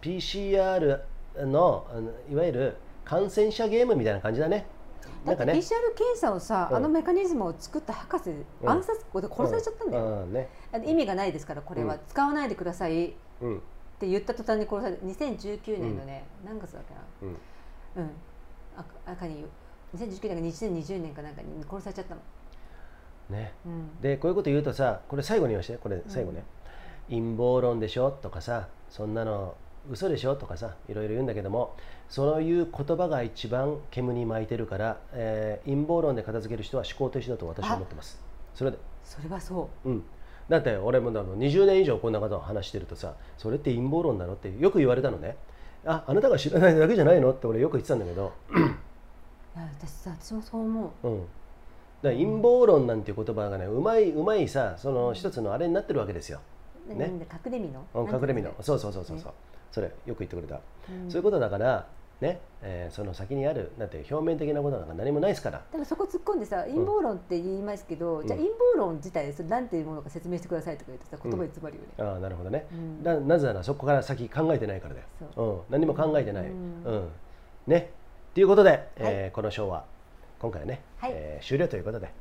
PCR のいわゆる感染者ゲームみたいな感じだね。
だって PCR 検査をさ、メカニズムを作った博士、暗殺で殺されちゃったんだよ。意味がないですから、これは使わないでくださいって言った途端に殺されて、2019年のね、何月だっけな、赤に2019年か2020年かなんかに殺されちゃったの。
でこういうこと言うとさ、これ最後に言わして、これ最後ね、 陰謀論でしょとかさ、そんなの嘘でしょとかさ、いろいろ言うんだけども、そういう言葉が一番煙に巻いてるから、陰謀論で片付ける人は思考と一緒だと私は思ってます。それ
はそう、
だって俺も20年以上こんなことを話してるとさ、それって陰謀論なのってよく言われたのね。あなたが知らないだけじゃないのって俺よく言ってたんだけど
いや私もそう思う。
だから陰謀論なんていう言葉がね、うまいさ、その一つのあれになってるわけですよ。
ね、隠れ身の、
隠れ身の、そう、それよく言ってくれた、そういうことだからね、その先にあるだって表面的なことなんか何もないですから。
でもそこ突っ込んでさ、陰謀論って言いますけど、じゃあ陰謀論自体それなんていうものか説明してくださいとか言ってさ、言葉に詰まるよね。
なるほどね。なぜならそこから先考えてないからだよ。何も考えてない。ね。ということで、このショーは今回はね、終了ということで。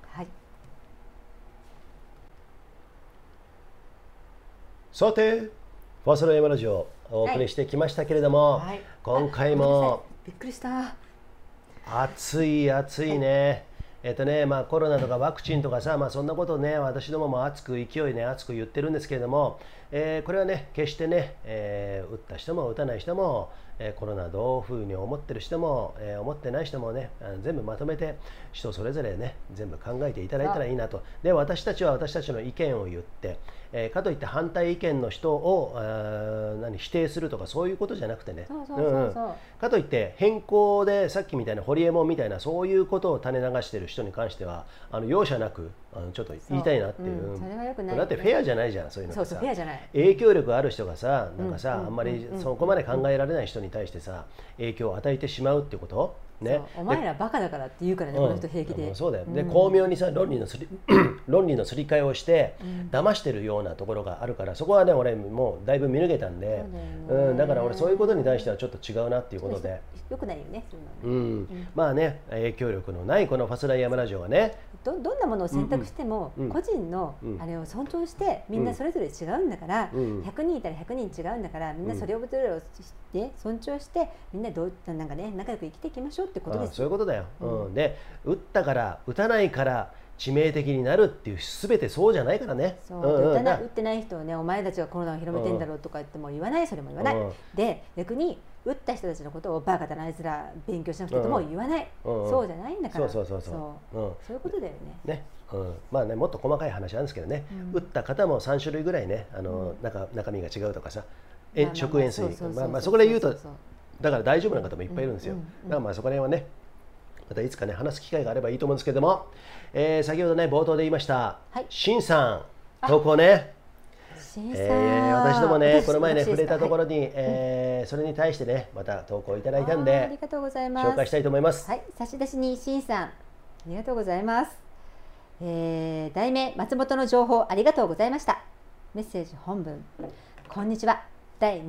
さて、ファーストエマラジオをお送りしてきましたけれども、今回も
びっくりした。
暑いね。コロナとかワクチンとかさ、そんなことね、私どもも熱く勢いね、熱く言ってるんですけれども、これはね、決してね、打った人も打たない人も、コロナどういうふうに思ってる人も、思ってない人もね、全部まとめて人それぞれね、全部考えていただいたらいいなと。で、私たちは私たちの意見を言って、かといって反対意見の人を否定するとかそういうことじゃなくてね、かといって変更でさっきみたいなホリエモンみたいなそういうことを垂れ流している人に関しては容赦なくちょっと言いたいなっていう、だってフェアじゃないじゃん、そういうのってさ。影響力ある人がさ、なんかさ、あんまりそこまで考えられない人に対してさ、影響を与えてしまうってことね、
お前らバカだからって言うからね、この人平気で。
そうだよ。で、巧妙にさ、論理のすり替えをして騙してるようなところがあるから、そこはね、俺もうだいぶ見抜けたんで、だから俺そういうことに対してはちょっと違うなっていうことで。
よくないよね、
まあね、影響力のないこのファスライヤマラジオはね、
どんなものを選択しても個人のあれを尊重してみんなそれぞれ違うんだから、100人いたら100人違うんだから、みんなそれをして尊重してみんななんかね、仲良く生きていきましょうってことです。
そういうことだよ。で、打ったから打たないから致命的になるっていう全てそうじゃないからね。
打ってない人をね、お前たちがコロナを広めてんだろうとか言っても言わない、それも言わない。で、逆に打った人たちのことをバカだな、あいつら勉強しなくても言わない。そうじゃないんだから。そういうことだよね。まあね、もっと細かい話なんですけどね、打った方も3種類ぐらいね、中身が違うとかさ、食塩水、そこで言うとだから大丈夫な方もいっぱいいるんですよ。だからそこら辺はね、またいつかね話す機会があればいいと思うんですけども、先ほどね冒頭で言いました、しんさん投稿ね、私どもねこの前ね触れたところに、それに対してねまた投稿いただいたんで、 ありがとうございます。
紹介したいと思います。
差出にしんさん、ありがとうございます。題名、松本の情報ありがとうございました。メッセージ本文、こんにちは。第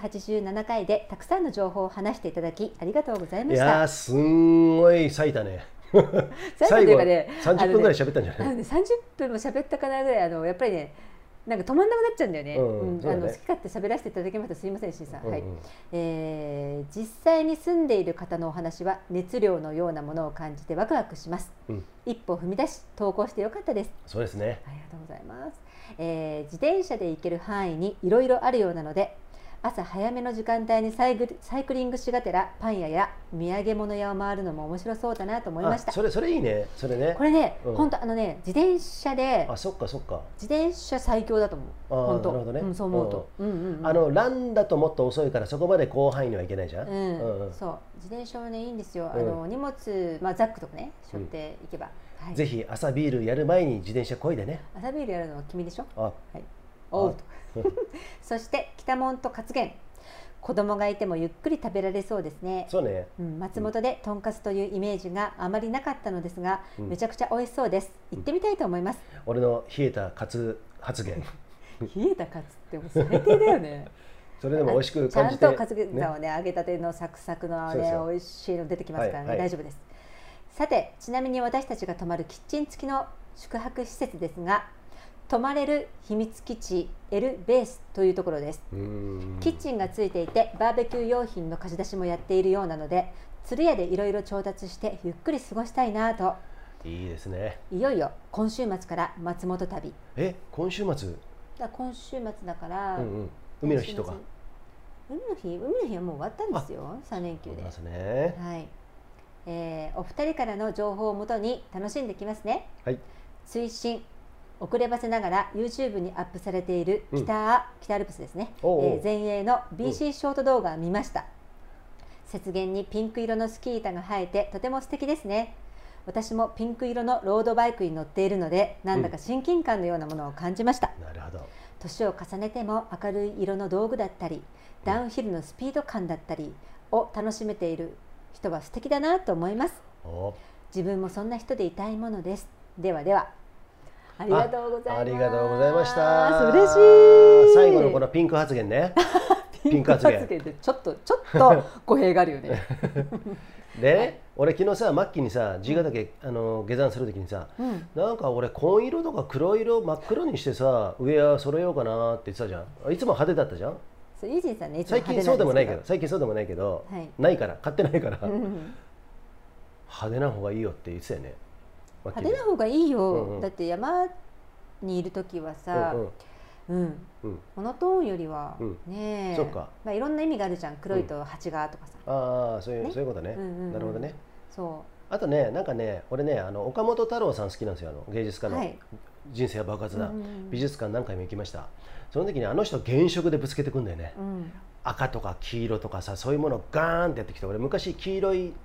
287回でたくさんの情報を話していただきありがとうございました。
いやすんごい咲いたね。最後30分ぐらい喋ったんじゃない？30
分も喋ったかなぐらい、やっぱりね、なんか止まんなくなっちゃうんだよね。好き勝手喋らせていただきました。すいません、しんさん。実際に住んでいる方のお話は熱量のようなものを感じてワクワクします。一歩踏み出し投稿してよかったです。
そうですね。
ありがとうございます。自転車で行ける範囲にいろいろあるようなので、朝早めの時間帯にサイクリングしがてらパン屋や土産物屋を回るのも面白そうだなと思いました。
それいいね。それね。
これね、本当自転車で。
そっか。自
転車最強だと思う。本当。
なるほどね。
そう思うと。
ランだともっと遅いからそこまで広範囲にはいけないじゃん。
そう。自転車はねいいんですよ。荷物ザックとかね背負っていけば。
ぜひ朝ビールやる前に自転車こいでね。
朝ビールやるのは君でしょ。はい。おうと。そして北門と活源、子供がいてもゆっくり食べられそうですね。
そうね。
松本でとんかつというイメージがあまりなかったのですが、めちゃくちゃ美味しそうです。行ってみたいと思います。
俺の冷えたカツ発言。
冷えたカツってもう最低だよね。
それでも美味しく感じて。
ちゃんとカツ豚をね揚げたてのサクサクのね美味しいの出てきますからね、大丈夫です。さて、ちなみに私たちが泊まるキッチン付きの宿泊施設ですが、泊まれる秘密基地 L ベースというところです。キッチンがついていてバーベキュー用品の貸し出しもやっているようなので、鶴屋でいろいろ調達してゆっくり過ごしたいなと。
いいですね。
いよいよ今週末から松本旅。
今週末
だ今週末だから、
海の日とか。
海の日はもう終わったんですよ、3連休で。
そうですね。
はい。お二人からの情報をもとに楽しんできますね。
はい。
推進遅ればせながら YouTube にアップされている北アルプスですね、前衛の BC ショート動画を見ました。雪原にピンク色のスキー板が生えてとても素敵ですね。私もピンク色のロードバイクに乗っているので、なんだか親近感のようなものを感じました。
なるほど。
年を重ねても明るい色の道具だったり、ダウンヒルのスピード感だったりを楽しめている人は素敵だなと思います。自分もそんな人でいたいものです。ではでは。ありがとうございます。
ありがとうございました。
嬉しい。
最後のこのピンク発言ね。
ピンク発言でちょっと語弊があるよね。
で、俺昨日さ、マッキーにさ、地ヶ岳下山するときにさ、なんか俺紺色とか黒色真っ黒にしてさ、ウェア揃えようかなって言ってたじゃん。いつも派手だったじゃん。
イージーさんね、
最近そうでもないけど、ないから買ってないから派手な方がいいよって言ってたよね。
派手な方がいいよ。だって山にいる時はさ、モノトーンよりはね、まあいろんな意味があるじゃん。黒いと蜂がとかさ。
ああ、そういうことね。なるほどね。
そう。
あとね、なんかね、俺ね、岡本太郎さん好きなんですよ。芸術家の人生は爆発だ。美術館何回も行きました。その時にあの人原色でぶつけてくんだよね。赤とか黄色とかさ、そういうものをガーンってやってきて、俺昔黄色い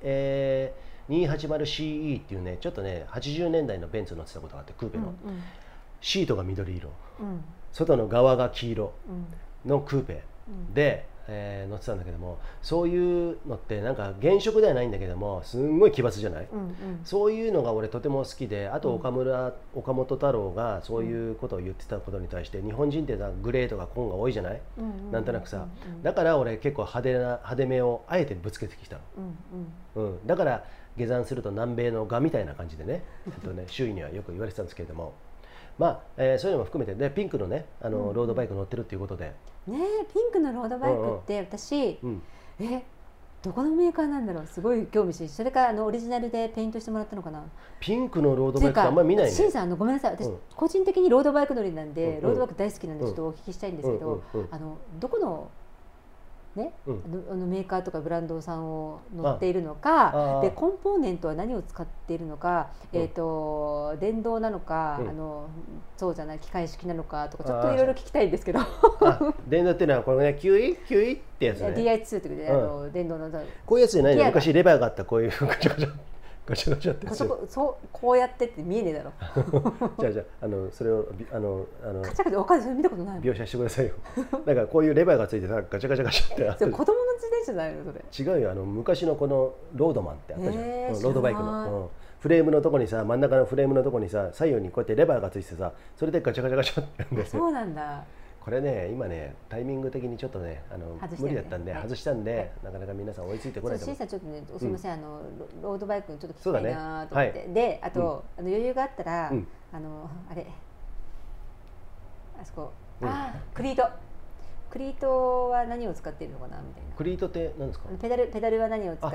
280CE っていうね、ちょっとね80年代のベンツ乗ってたことがあって、クーペのシートが緑色、外の側が黄色のクーペで乗ってたんだけども、そういうのってなんか原色ではないんだけどもすんごい奇抜じゃない、そういうのが俺とても好きで、あと岡本太郎がそういうことを言ってたことに対して、日本人ってグレーとか紺が多いじゃない、なんとなくさ、だから俺結構派手めをあえてぶつけてきたの、だから下山すると南米の蛾みたいな感じでね周囲にはよく言われてたんですけれども、まあそういうのも含めて、ピンクのねロードバイク乗ってるっていうことで
ね、ピンクのロードバイクって私、どこのメーカーなんだろう、すごい興味津々。それからオリジナルでペイントしてもらったのかな。
ピンクのロードバイクってあんまり見ないね。
シンさん、ごめんなさい、私個人的にロードバイク乗りなんで、ロードバイク大好きなんでちょっとお聞きしたいんですけど、どこのね、メーカーとかブランドさんを乗っているのかで、コンポーネントは何を使っているのか、電動なのか、そうじゃない機械式なのかとか、ちょっといろいろ聞きたいんですけど。
電動っていうのはこれね、キュイってやつね。
DI2 ってことで、電動の
こういうやつじゃないの。昔レバーがあった、こういうガチャガチャガチャガチャってやつ。
こうやってって見えねえだろ。
じゃあそれを
ガチャガチャ、お金それ見たことない。
描写してくださいよ。だからこういうレバーがついてさ、ガチャガチャガチャってあって。
子供の自転車じゃないのそれ。
違うよ、昔のこのロードマンってあったじゃん。ロードバイクのフレームのとこにさ、真ん中のフレームのとこにさ、左右にこうやってレバーがついてさ、それでガチャガチャガチャってやるんですよ。
そうなんだ。
これね、今ね、タイミング的にちょっとね、無理だったんで外したんで、なかなか皆さん追いついてこないと思う。
ちょっとね、すみません、ロードバイクちょっと聞きたいなと思って、で、あと余裕があったら、あれ、あそこ、クリートは何を使っているのかなみたいな。
クリートって何ですか？
ペダルは何を使って、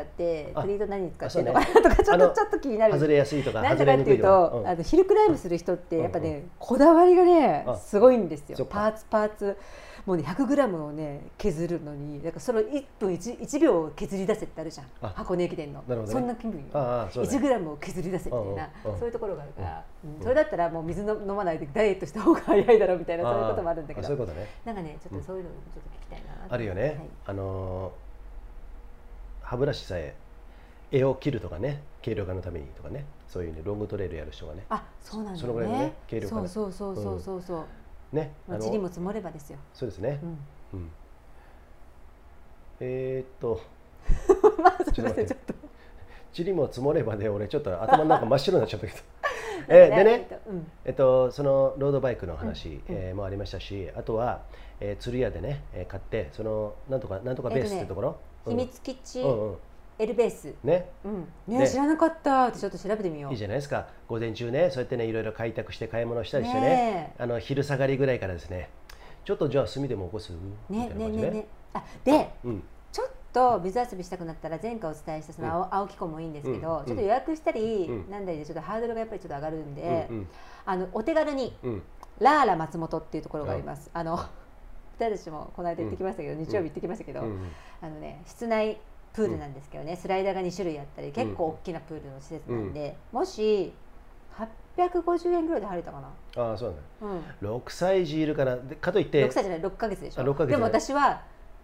クリート何を使ってるのかなとか、ちょっと気になる。
外れやすいとか、
なんでかっていうと、ヒルクライムする人ってやっぱね、こだわりがねすごいんですよ。パーツもうね 100g をね削るのに、だからそれを1分 1秒削り出せってあるじゃん、箱根駅伝の。そんな気分よ。1g を削り出せみたいな、そういうところがあるから、それだったらもう水飲まないでダイエットした方が早いだろうみたいな、そういうこともあるんだけど、なんかね、ちょっとそういうのちょっと聞きたいな。
あるよね。歯ブラシさえ絵を切るとかね、軽量化のためにとかね、そういうね、ロングトレイルやる人がね。
そうなんだね。
そのぐらいのね、軽量化。
そう
ね、
塵も積もればですよ。
そうですね。
まあすみません、ちょっと
塵も積もればで、俺ちょっと頭の中真っ白になっちゃったけど。でね、そのロードバイクの話もありましたし、あとは釣り屋でね買って、そのなんとかベースってところ、
秘密基地エルベース
ね、
知らなかった。ちょっと調べてみよう。
いいじゃないですか。午前中ね、そうやってね、いろいろ開拓して買い物したりしてね、昼下がりぐらいからですね、ちょっとじゃあ炭でも起こすみたいな感じで。
で、ちょっと水遊びしたくなったら、前回お伝えしたその青木湖もいいんですけど、ちょっと予約したりなんだりでちょっとハードルがやっぱりちょっと上がるんで、お手軽にラーラ松本っていうところがあります。私もこの間行ってきましたけど、日曜日行ってきましたけど、室内プールなんですけどね、スライダーが2種類あったり、結構大きなプールの施設なんで、もし850円ぐらいで入れたかな。
ああ、そうだね。6歳児いるから、かといって
6歳じゃない、6ヶ月でしょ。
6ヶ月
でも私は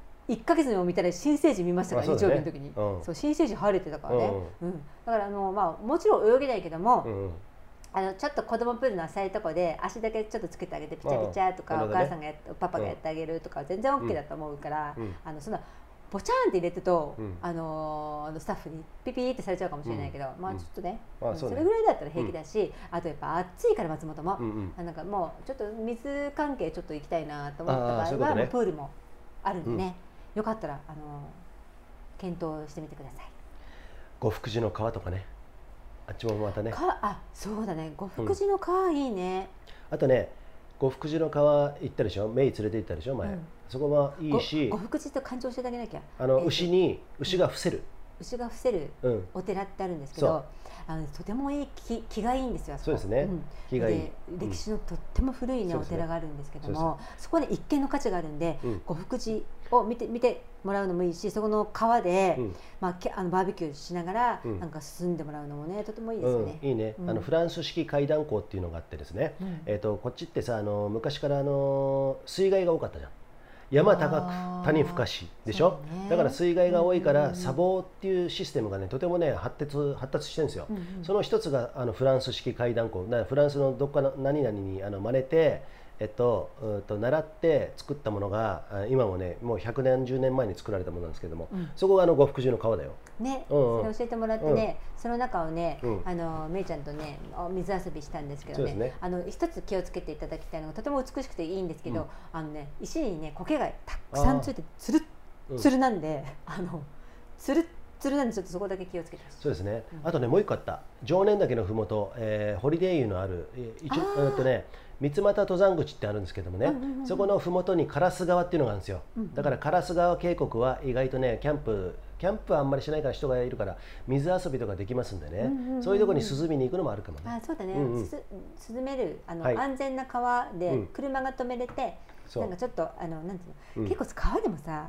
1ヶ月にも見たら新生児見ましたから、日曜日の時に。そう、新生児入れてたからね。だからまあもちろん泳げないけども、ちょっと子供プールの浅いとこで足だけちょっとつけてあげてピチャピチャとか、お母さんがパパがやってあげるとか全然 OK だと思うから、そんなボチャーンって入れてと、スタッフにピピーってされちゃうかもしれないけど、まあちょっとね、それぐらいだったら平気だし、あとやっぱ暑いから松本も、なんかもうちょっと水関係ちょっと行きたいなと思った場合はプールもあるんでね、よかったら検討してみてください。
呉服寺の川とかね、あっちもまたね。
そうだね、呉服寺の川いいね。
あとね、呉服寺の川行ったでしょ、メイ連れて行ったでしょ前。そこはいいし、
呉服寺って漢字教えてあげなきゃ。
牛が伏せる
お寺ってあるんですけど、とてもいい気がいいんですよ。
そうですね、気がいい。
歴史のとっても古いねお寺があるんですけども、そこに一見の価値があるんで、呉服寺を見てもらうのもいいし、そこの川でバーベキューしながらなんか進んでもらうのもね、とてもいいですよね。
いいね。フランス式階段溝っていうのがあってですね、こっちってさ、昔から水害が多かったじゃん。山高く谷深しでしょ。だから水害が多いから砂防っていうシステムがね、とてもね発達してるんですよ。その一つがフランス式階段溝、フランスのどっかの何々に真似て習って作ったものが今もね、もう100年10年前に作られたものなんですけども、そこが呉服寺の川だよ
ね。それ教えてもらってね、その中をね、めいちゃんとね水遊びしたんですけどね、一つ気をつけていただきたいのが、とても美しくていいんですけど、石にね苔がたくさんついてつるつるなんで、つるつるなんで、ちょっとそこだけ気をつけてほしい。
そうですね。あとね、もう一個あった、常念岳のふもと、ホリデー湯のある三俣登山口ってあるんですけどもね、そこのふもとに烏川っていうのがあるんですよ。だから烏川渓谷は意外とね、キャンプはあんまりしないから、人がいるから水遊びとかできますんでね、そういうところに涼みに行くのもあるかもね。
そうだね、涼める安全な川で車が止めれて、なんかちょっとなんていうの、結構川でもさ、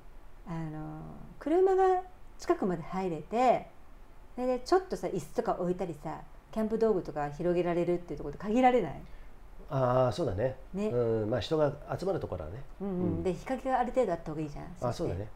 車が近くまで入れて、でちょっとさ椅子とか置いたりさ、キャンプ道具とか広げられるっていうところで限られない？
そうだね。まあ人が集まるところはね。
で日陰がある程度あった方がいいじゃん。
そうだね。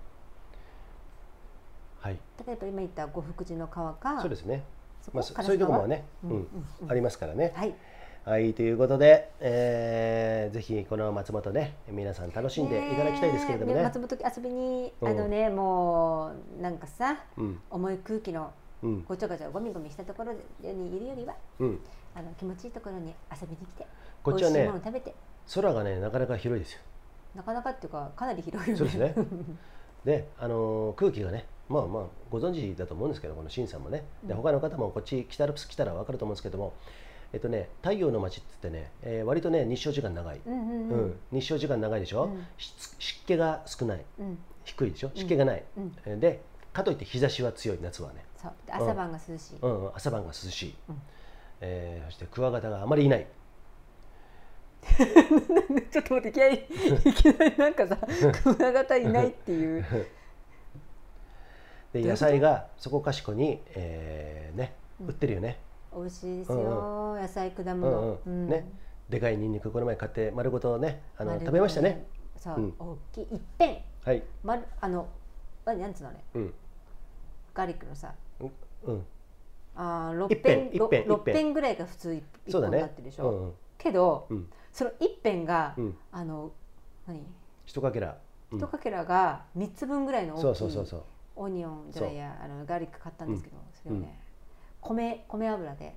はい。
だからやっぱり今言った呉服寺の川か。
そうですね。そういうところもね、ありますからね。はい、ということで、ぜひこの松本ね、皆さん楽しんでいただきたいですけれどもね。
松本遊びにもうなんかさ、重い空気のごちゃごちゃゴミゴミしたところにいるよりは、気持ちいいところに遊びに来て、
こっちはね、
美味しいもの食べて、
空がねなかなか広いですよ。
なかなかっていうかかなり広いよね。
そうですね。で、空気がね、まあご存知だと思うんですけど、このシンさんもね、で他の方もこっち来たら分かると思うんですけども、太陽の町って言ってね、割とね日照時間長い、日照時間長いでしょ、湿気が少ない、低いでしょ、湿気がない、でかといって日差しは強い、夏はね。
そう、朝晩が涼しい。
朝晩が涼しい。そしてクワガタがあまりいない。
ちょっと待って、いきなりなんかさ、クワガタいないっていう。
で野菜がそこかしこにね売ってるよね。
美味しいですよ、野菜果物。
ね、でかいニンニクこの前買って丸ごとね食べましたね。
そう、大きい一辺。
はい。
なんつうのね。ガーリックのさ。6辺ぐらいが普通1本になってるでしょ。けどその1辺が
一かけら
が3つ分ぐらいの大きいオニオンじゃないや、ガーリック買ったんですけど、それをね米油で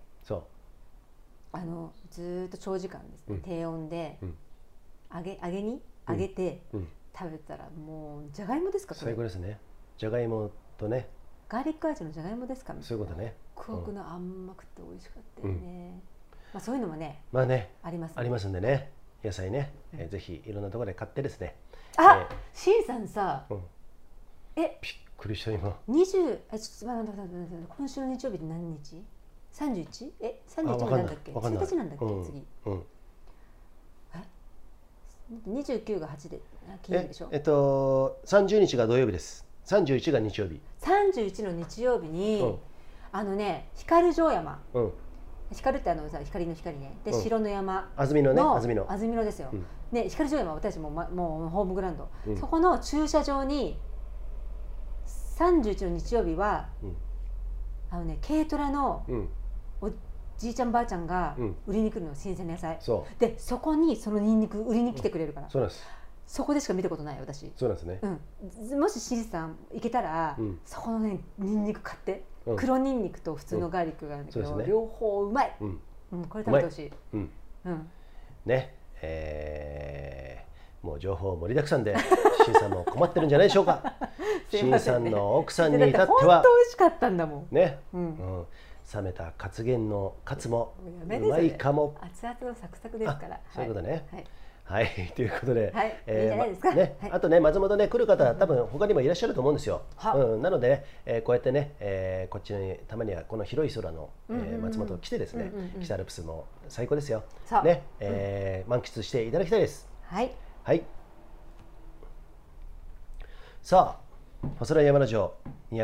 ずっと長時間ですね、低温で揚げて食べたら、もうじゃがいもですか？
最高ですね。じゃがいもとね、
ガーリック味のじゃがいもですか？
そういうことね。
コクの甘くて美味しかったよね。そういうのもね、あり
ますんでね、野菜ね、ぜひいろんなところで買ってですね。
シンさんさ、
びっくりした今。
今週の日曜日って何日？31？31日なんだっけ？1日なんだっけ？次。 29が8で金曜日でしょ。
30日が土曜日です。31が日曜日。
31の日曜日に、光城山、光って光の光ね、で城の山の
安曇野ね、
安曇野ですよ、ね、光城山、私もうホームグラウンド、そこの駐車場に31の日曜日は、軽トラのおじいちゃんばあちゃんが売りに来るの、新鮮な野菜で、そこにそのニンニク売りに来てくれるから、
そうなんです。
そこでしか見たことない私。
そうなんですね。
もしシリさん行けたら、そこのねニンニク買って、黒ニンニクと普通のガーリックがあるんだけど、両方うまい。これ食べてほしい。
ね、もう情報盛りだくさんで、シンさんも困ってるんじゃないでしょうか。シンさんの奥さんに至っては
本当美味しかったんだもん。
ね、冷めたカツ源のカツもうまいかも。
熱々のサクサクですから。
そういうことね。はい、ということで、
いいじゃないですか。
あとね、松本ね来る方多分他にもいらっしゃると思うんですよ。なのでこうやってね、こっちにたまにはこの広い空の松本来てですね、北アルプスも最高ですよ。ね、満喫していただきたいです。はい。はい。さあ、細田山ラジオ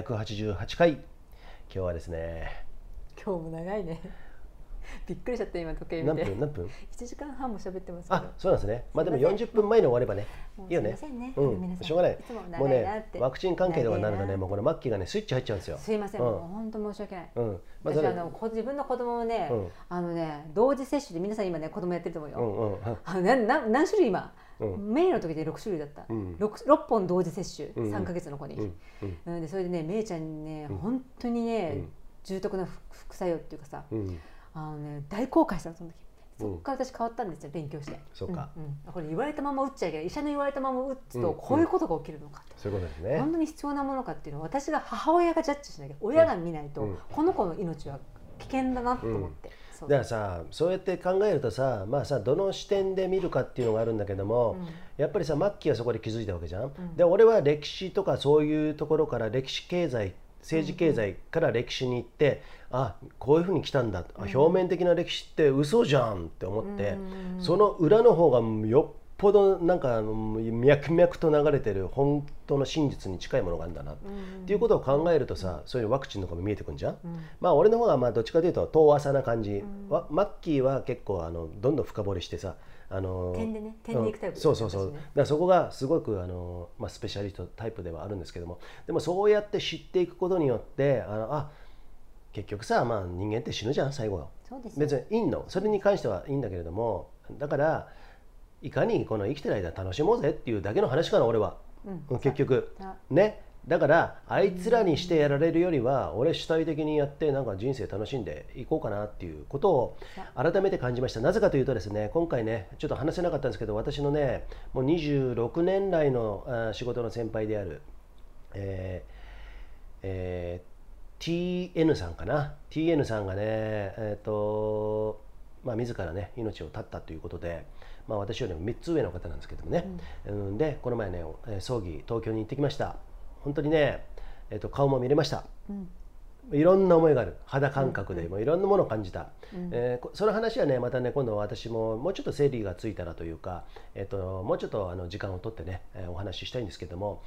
288回、今日はですね。
今日も長いね。びっくりしちゃった今時計見て。
何分
？1時間半も喋ってますけど。
そうなんですね。まあでも40分前に終わればね、いいよね。しょうがない。もうね、ワクチン関係とかになるとね、もうこの末期がねスイッチ入っちゃうんですよ。
すいません、もう本当申し訳ない。私自分の子供をね、同時接種で皆さん今ね子供やってると思うよ。何種類今？メイの時で6種類だった。6本同時接種、3ヶ月の子に。でそれでね、メイちゃんにね本当にね重篤な副作用っていうかさ。大公開したのその時。そこから私変わったんですよ、勉強して。
そうか。
これ言われたまま打っちゃいけない、医者の言われたまま打つとこういうことが起きるのかって。
そういうことですね。
本当に必要なものかっていうのを私が母親がジャッジしなきゃ、親が見ないとこの子の命は危険だなと思って。
だからさ、そうやって考えるとさ、まあさ、どの視点で見るかっていうのがあるんだけども、やっぱりさ、末期はそこで気づいたわけじゃん。で、俺は歴史とかそういうところから歴史経済、政治経済から歴史に行って、こういうふうに来たんだ、表面的な歴史って嘘じゃんって思って、その裏の方がよっぽどなんか脈々と流れてる本当の真実に近いものがあるんだなっていうことを考えるとさ、そういうワクチンの子も見えてくるんじゃん。まあ俺の方がどっちかというと遠浅な感じ。マッキーは結構どんどん深掘りしてさ、
点でいくタイプ。
そうだからそこがすごくスペシャリストタイプではあるんですけども、でもそうやって知っていくことによって結局さ、人間って死ぬじゃん最後は。別にいいの、それに関してはいいんだけれども、だからいかにこの生きてる間楽しもうぜっていうだけの話かな俺は、結局ね。だからあいつらにしてやられるよりは俺主体的にやってなんか人生楽しんでいこうかなっていうことを改めて感じました。なぜかというとですね、今回ねちょっと話せなかったんですけど、私のねもう26年来の仕事の先輩である、TN さんかな。 TN さんがね自らね命を絶ったということで、私よりも3つ上の方なんですけどもね、でこの前ね葬儀東京に行ってきました。本当にね、顔も見れました、いろんな思いがある。肌感覚でもいろんなものを感じた、その話はねまたね今度私ももうちょっと整理がついたらというか、もうちょっと時間を取ってね、お話ししたいんですけども、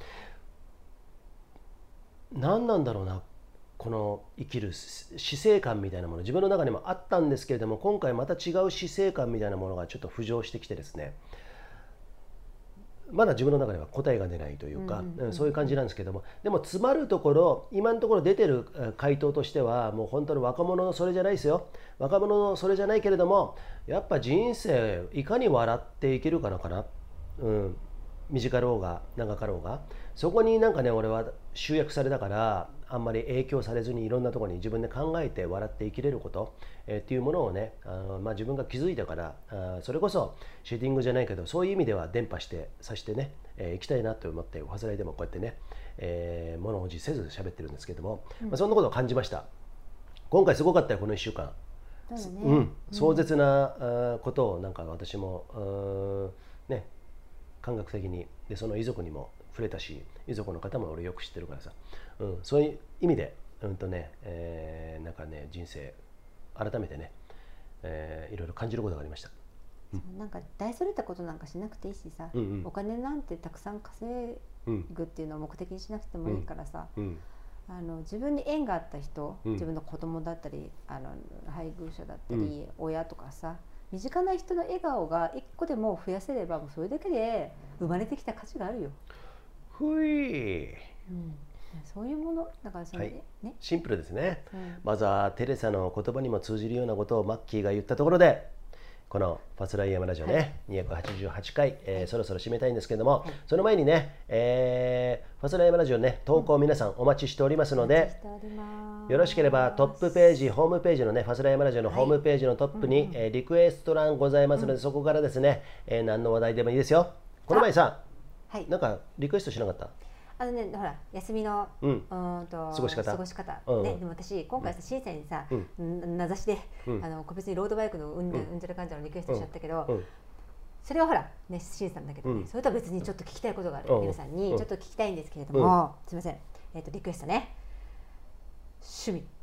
何なんだろうな、この生きる死生観みたいなもの自分の中にもあったんですけれども、今回また違う死生観みたいなものがちょっと浮上してきてですね、まだ自分の中では答えが出ないというか、そういう感じなんですけども、でも詰まるところ今のところ出てる回答としてはもう本当に若者のそれじゃないですよ。若者のそれじゃないけれども、やっぱ人生いかに笑っていけるかな短かろうが長かろうが、そこになんかね俺は集約されたから、あんまり影響されずにいろんなところに自分で考えて笑って生きれること、っていうものをね自分が気づいたから、それこそシューティングじゃないけどそういう意味では伝播させてね、いきたいなと思ってファスライでもこうやってね、物おじせず喋ってるんですけども、そんなことを感じました。今回すごかったよこの1週間。壮絶なことをなんか私もね感覚的にで、その遺族にも触れたし、遺族の方も俺よく知ってるからさ、そういう意味でなんかね人生改めてね、いろいろ感じることがありました。
なんか大それたことなんかしなくていいしさ、お金なんてたくさん稼ぐっていうのを目的にしなくてもいいからさ、自分に縁があった人、自分の子供だったり配偶者だったり、親とかさ、身近な人の笑顔が一個でも増やせれば、もうそれだけで生まれてきた価値があるよ。
ふい、
そういうものだからその、ね、
シンプルですね。まずはテレサの言葉にも通じるようなことをマッキーが言ったところで、このファスライヤマラジオね、288回、そろそろ締めたいんですけれども、その前にね、ファスライヤマラジオね、投稿皆さんお待ちしておりますので、よろしければトップページ、ホームページのね、ファスライヤマラジオのホームページのトップに、リクエスト欄ございますので、そこからですね、何の話題でもいいですよ。この前さ、なんかリクエストしなかった？
ほら休みの
過ごし方
ね。でも私今回さ、審査にさ、名指しで個別にロードバイクのうんちゃらかんちゃらのリクエストしちゃったけど、それはほらね、審査だけどね、それとは別にちょっと聞きたいことがある、皆さんにちょっと聞きたいんですけれども、すみません、リクエストね、趣味、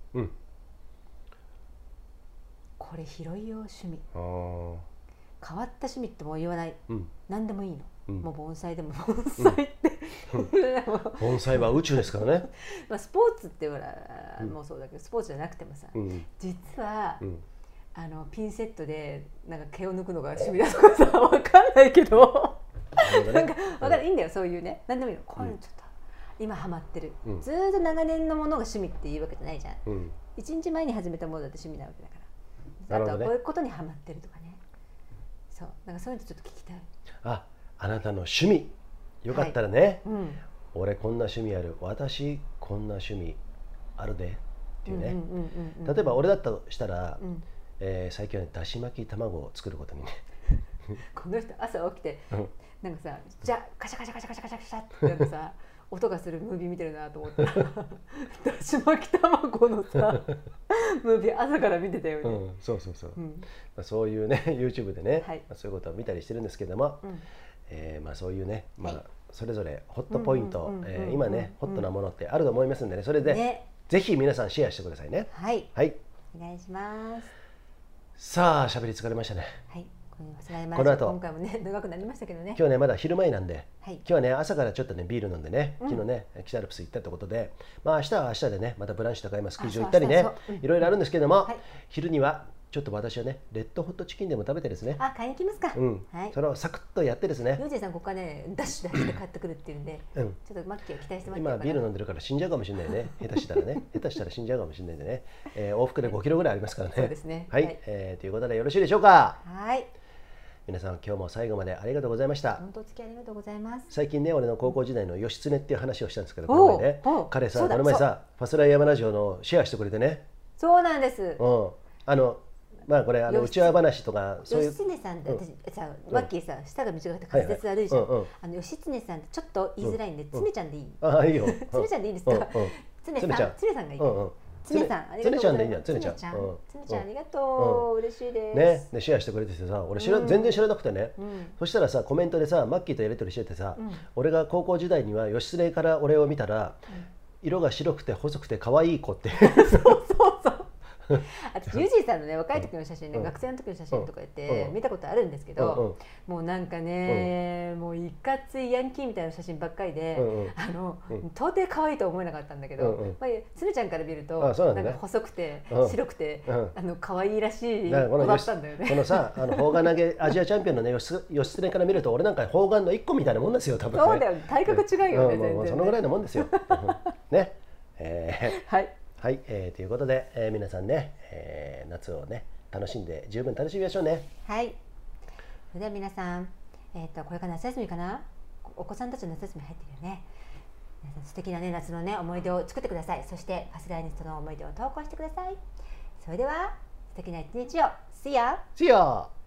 これ広いよ、趣味。変わった趣味ってもう言わない、何でもいいの。もう盆栽でも盆栽って
盆栽は宇宙ですからね。
スポーツってほらもうそうだけど、スポーツじゃなくてもさ、実はピンセットでなんか毛を抜くのが趣味だとかさ、分かんないけどなんか分かんない、いいんだよ、そういうね、何でもいいの。これちょっと今ハマってる、ずっと長年のものが趣味っていうわけじゃないじゃん。1日前に始めたものだって趣味なわけだから。あとはこういうことにハマってるとかね。そう、なんかそういうのちょっと聞きたい。
あなたの趣味よかったらね、俺こんな趣味ある、私こんな趣味あるでっていうね。例えば俺だったとしたら、最近はね、だし巻き卵を作ることにね
この人朝起きて、なんかさ、じゃあカシャカシャカシャカシャカシャカシャってなんかさ音がするムービー見てるなと思ったらだし巻き卵のさムービー朝から見てたよね。そういうね YouTube でね、そういうことを見たりしてるんですけども、そういうね、それぞれホットポイント、今ねホットなものってあると思いますんでね、それでぜひ皆さんシェアしてくださいね。 はい、お願いします。
さあ喋り疲れましたね。
この後今回もね長くなりましたけどね、
今日ねまだ昼前なんで、今日はね朝からちょっとねビール飲んでね、昨日ね北アルプス行ったってことで、明日は明日でねまたブランシュ高山スキー場行ったりね、いろいろあるんですけども、昼にはちょっと私はねレッドホットチキンでも食べてですね、
買いに行きますか。
それをサクッとやってですね、
ヨージさんここからねダッシュで帰ってくるっていうんで、ちょっとマッキーを期待してもらって。
今ビール飲んでるから死んじゃうかもしれないね、下手したら死んじゃうかもしれないんでね、往復で5キロぐらいありますからね。
そうですね。
はい、ということでよろしいでしょうか。
はい、
皆さん今日も最後までありがとうございました。
本当お付き合いありがとうございます。
最近ね俺の高校時代の義経っていう話をしたんですけど、この前ね彼さ、この前さファスライヤマラジオのシェアしてくれてね。
そうなんです。
これ内輪話とかそういう。
義経さんって私さ、マッキーさ舌が短くて滑舌悪いじゃん。義経さんってちょっと言いづらいんで、つねちゃんでいい？
いいよ。
つねちゃんでいいですか？つねさんがいい。つねさん、ありがとうございます。つねちゃんでいいんだ。つねちゃんありがとう、嬉しいです。
ね、シェアしてくれててさ、俺全然知らなくてね。そしたらさ、コメントでさ、マッキーとやり取りしててさ、俺が高校時代には義経から俺を見たら色が白くて細くて可愛い子って。
私ユージーさんのね若い時の写真ね、学生の時の写真とか言って見たことあるんですけど、もうなんかね、もういかついヤンキーみたいな写真ばっかりで、到底可愛いとは思えなかったんだけど、つねちゃんから見るとなんか細くて白くて可愛いらしい子だったんだよね。
このさ砲丸投げアジアチャンピオンのね義経から見ると俺なんか砲丸の1個みたいなもんですよ、多分ね。
そうだよ、体格違うよね、全然。
そのぐらいのもんですよ。ね。
はい、
ということで、皆さんね、夏をね楽しんで十分楽しみましょうね。
はい。それでは皆さん、これから夏休みかな、お子さんたちの夏休み入ってるよね。皆さん素敵なね夏のね思い出を作ってください。そしてファスライニストの思い出を投稿してください。それでは素敵な一日を。See ya!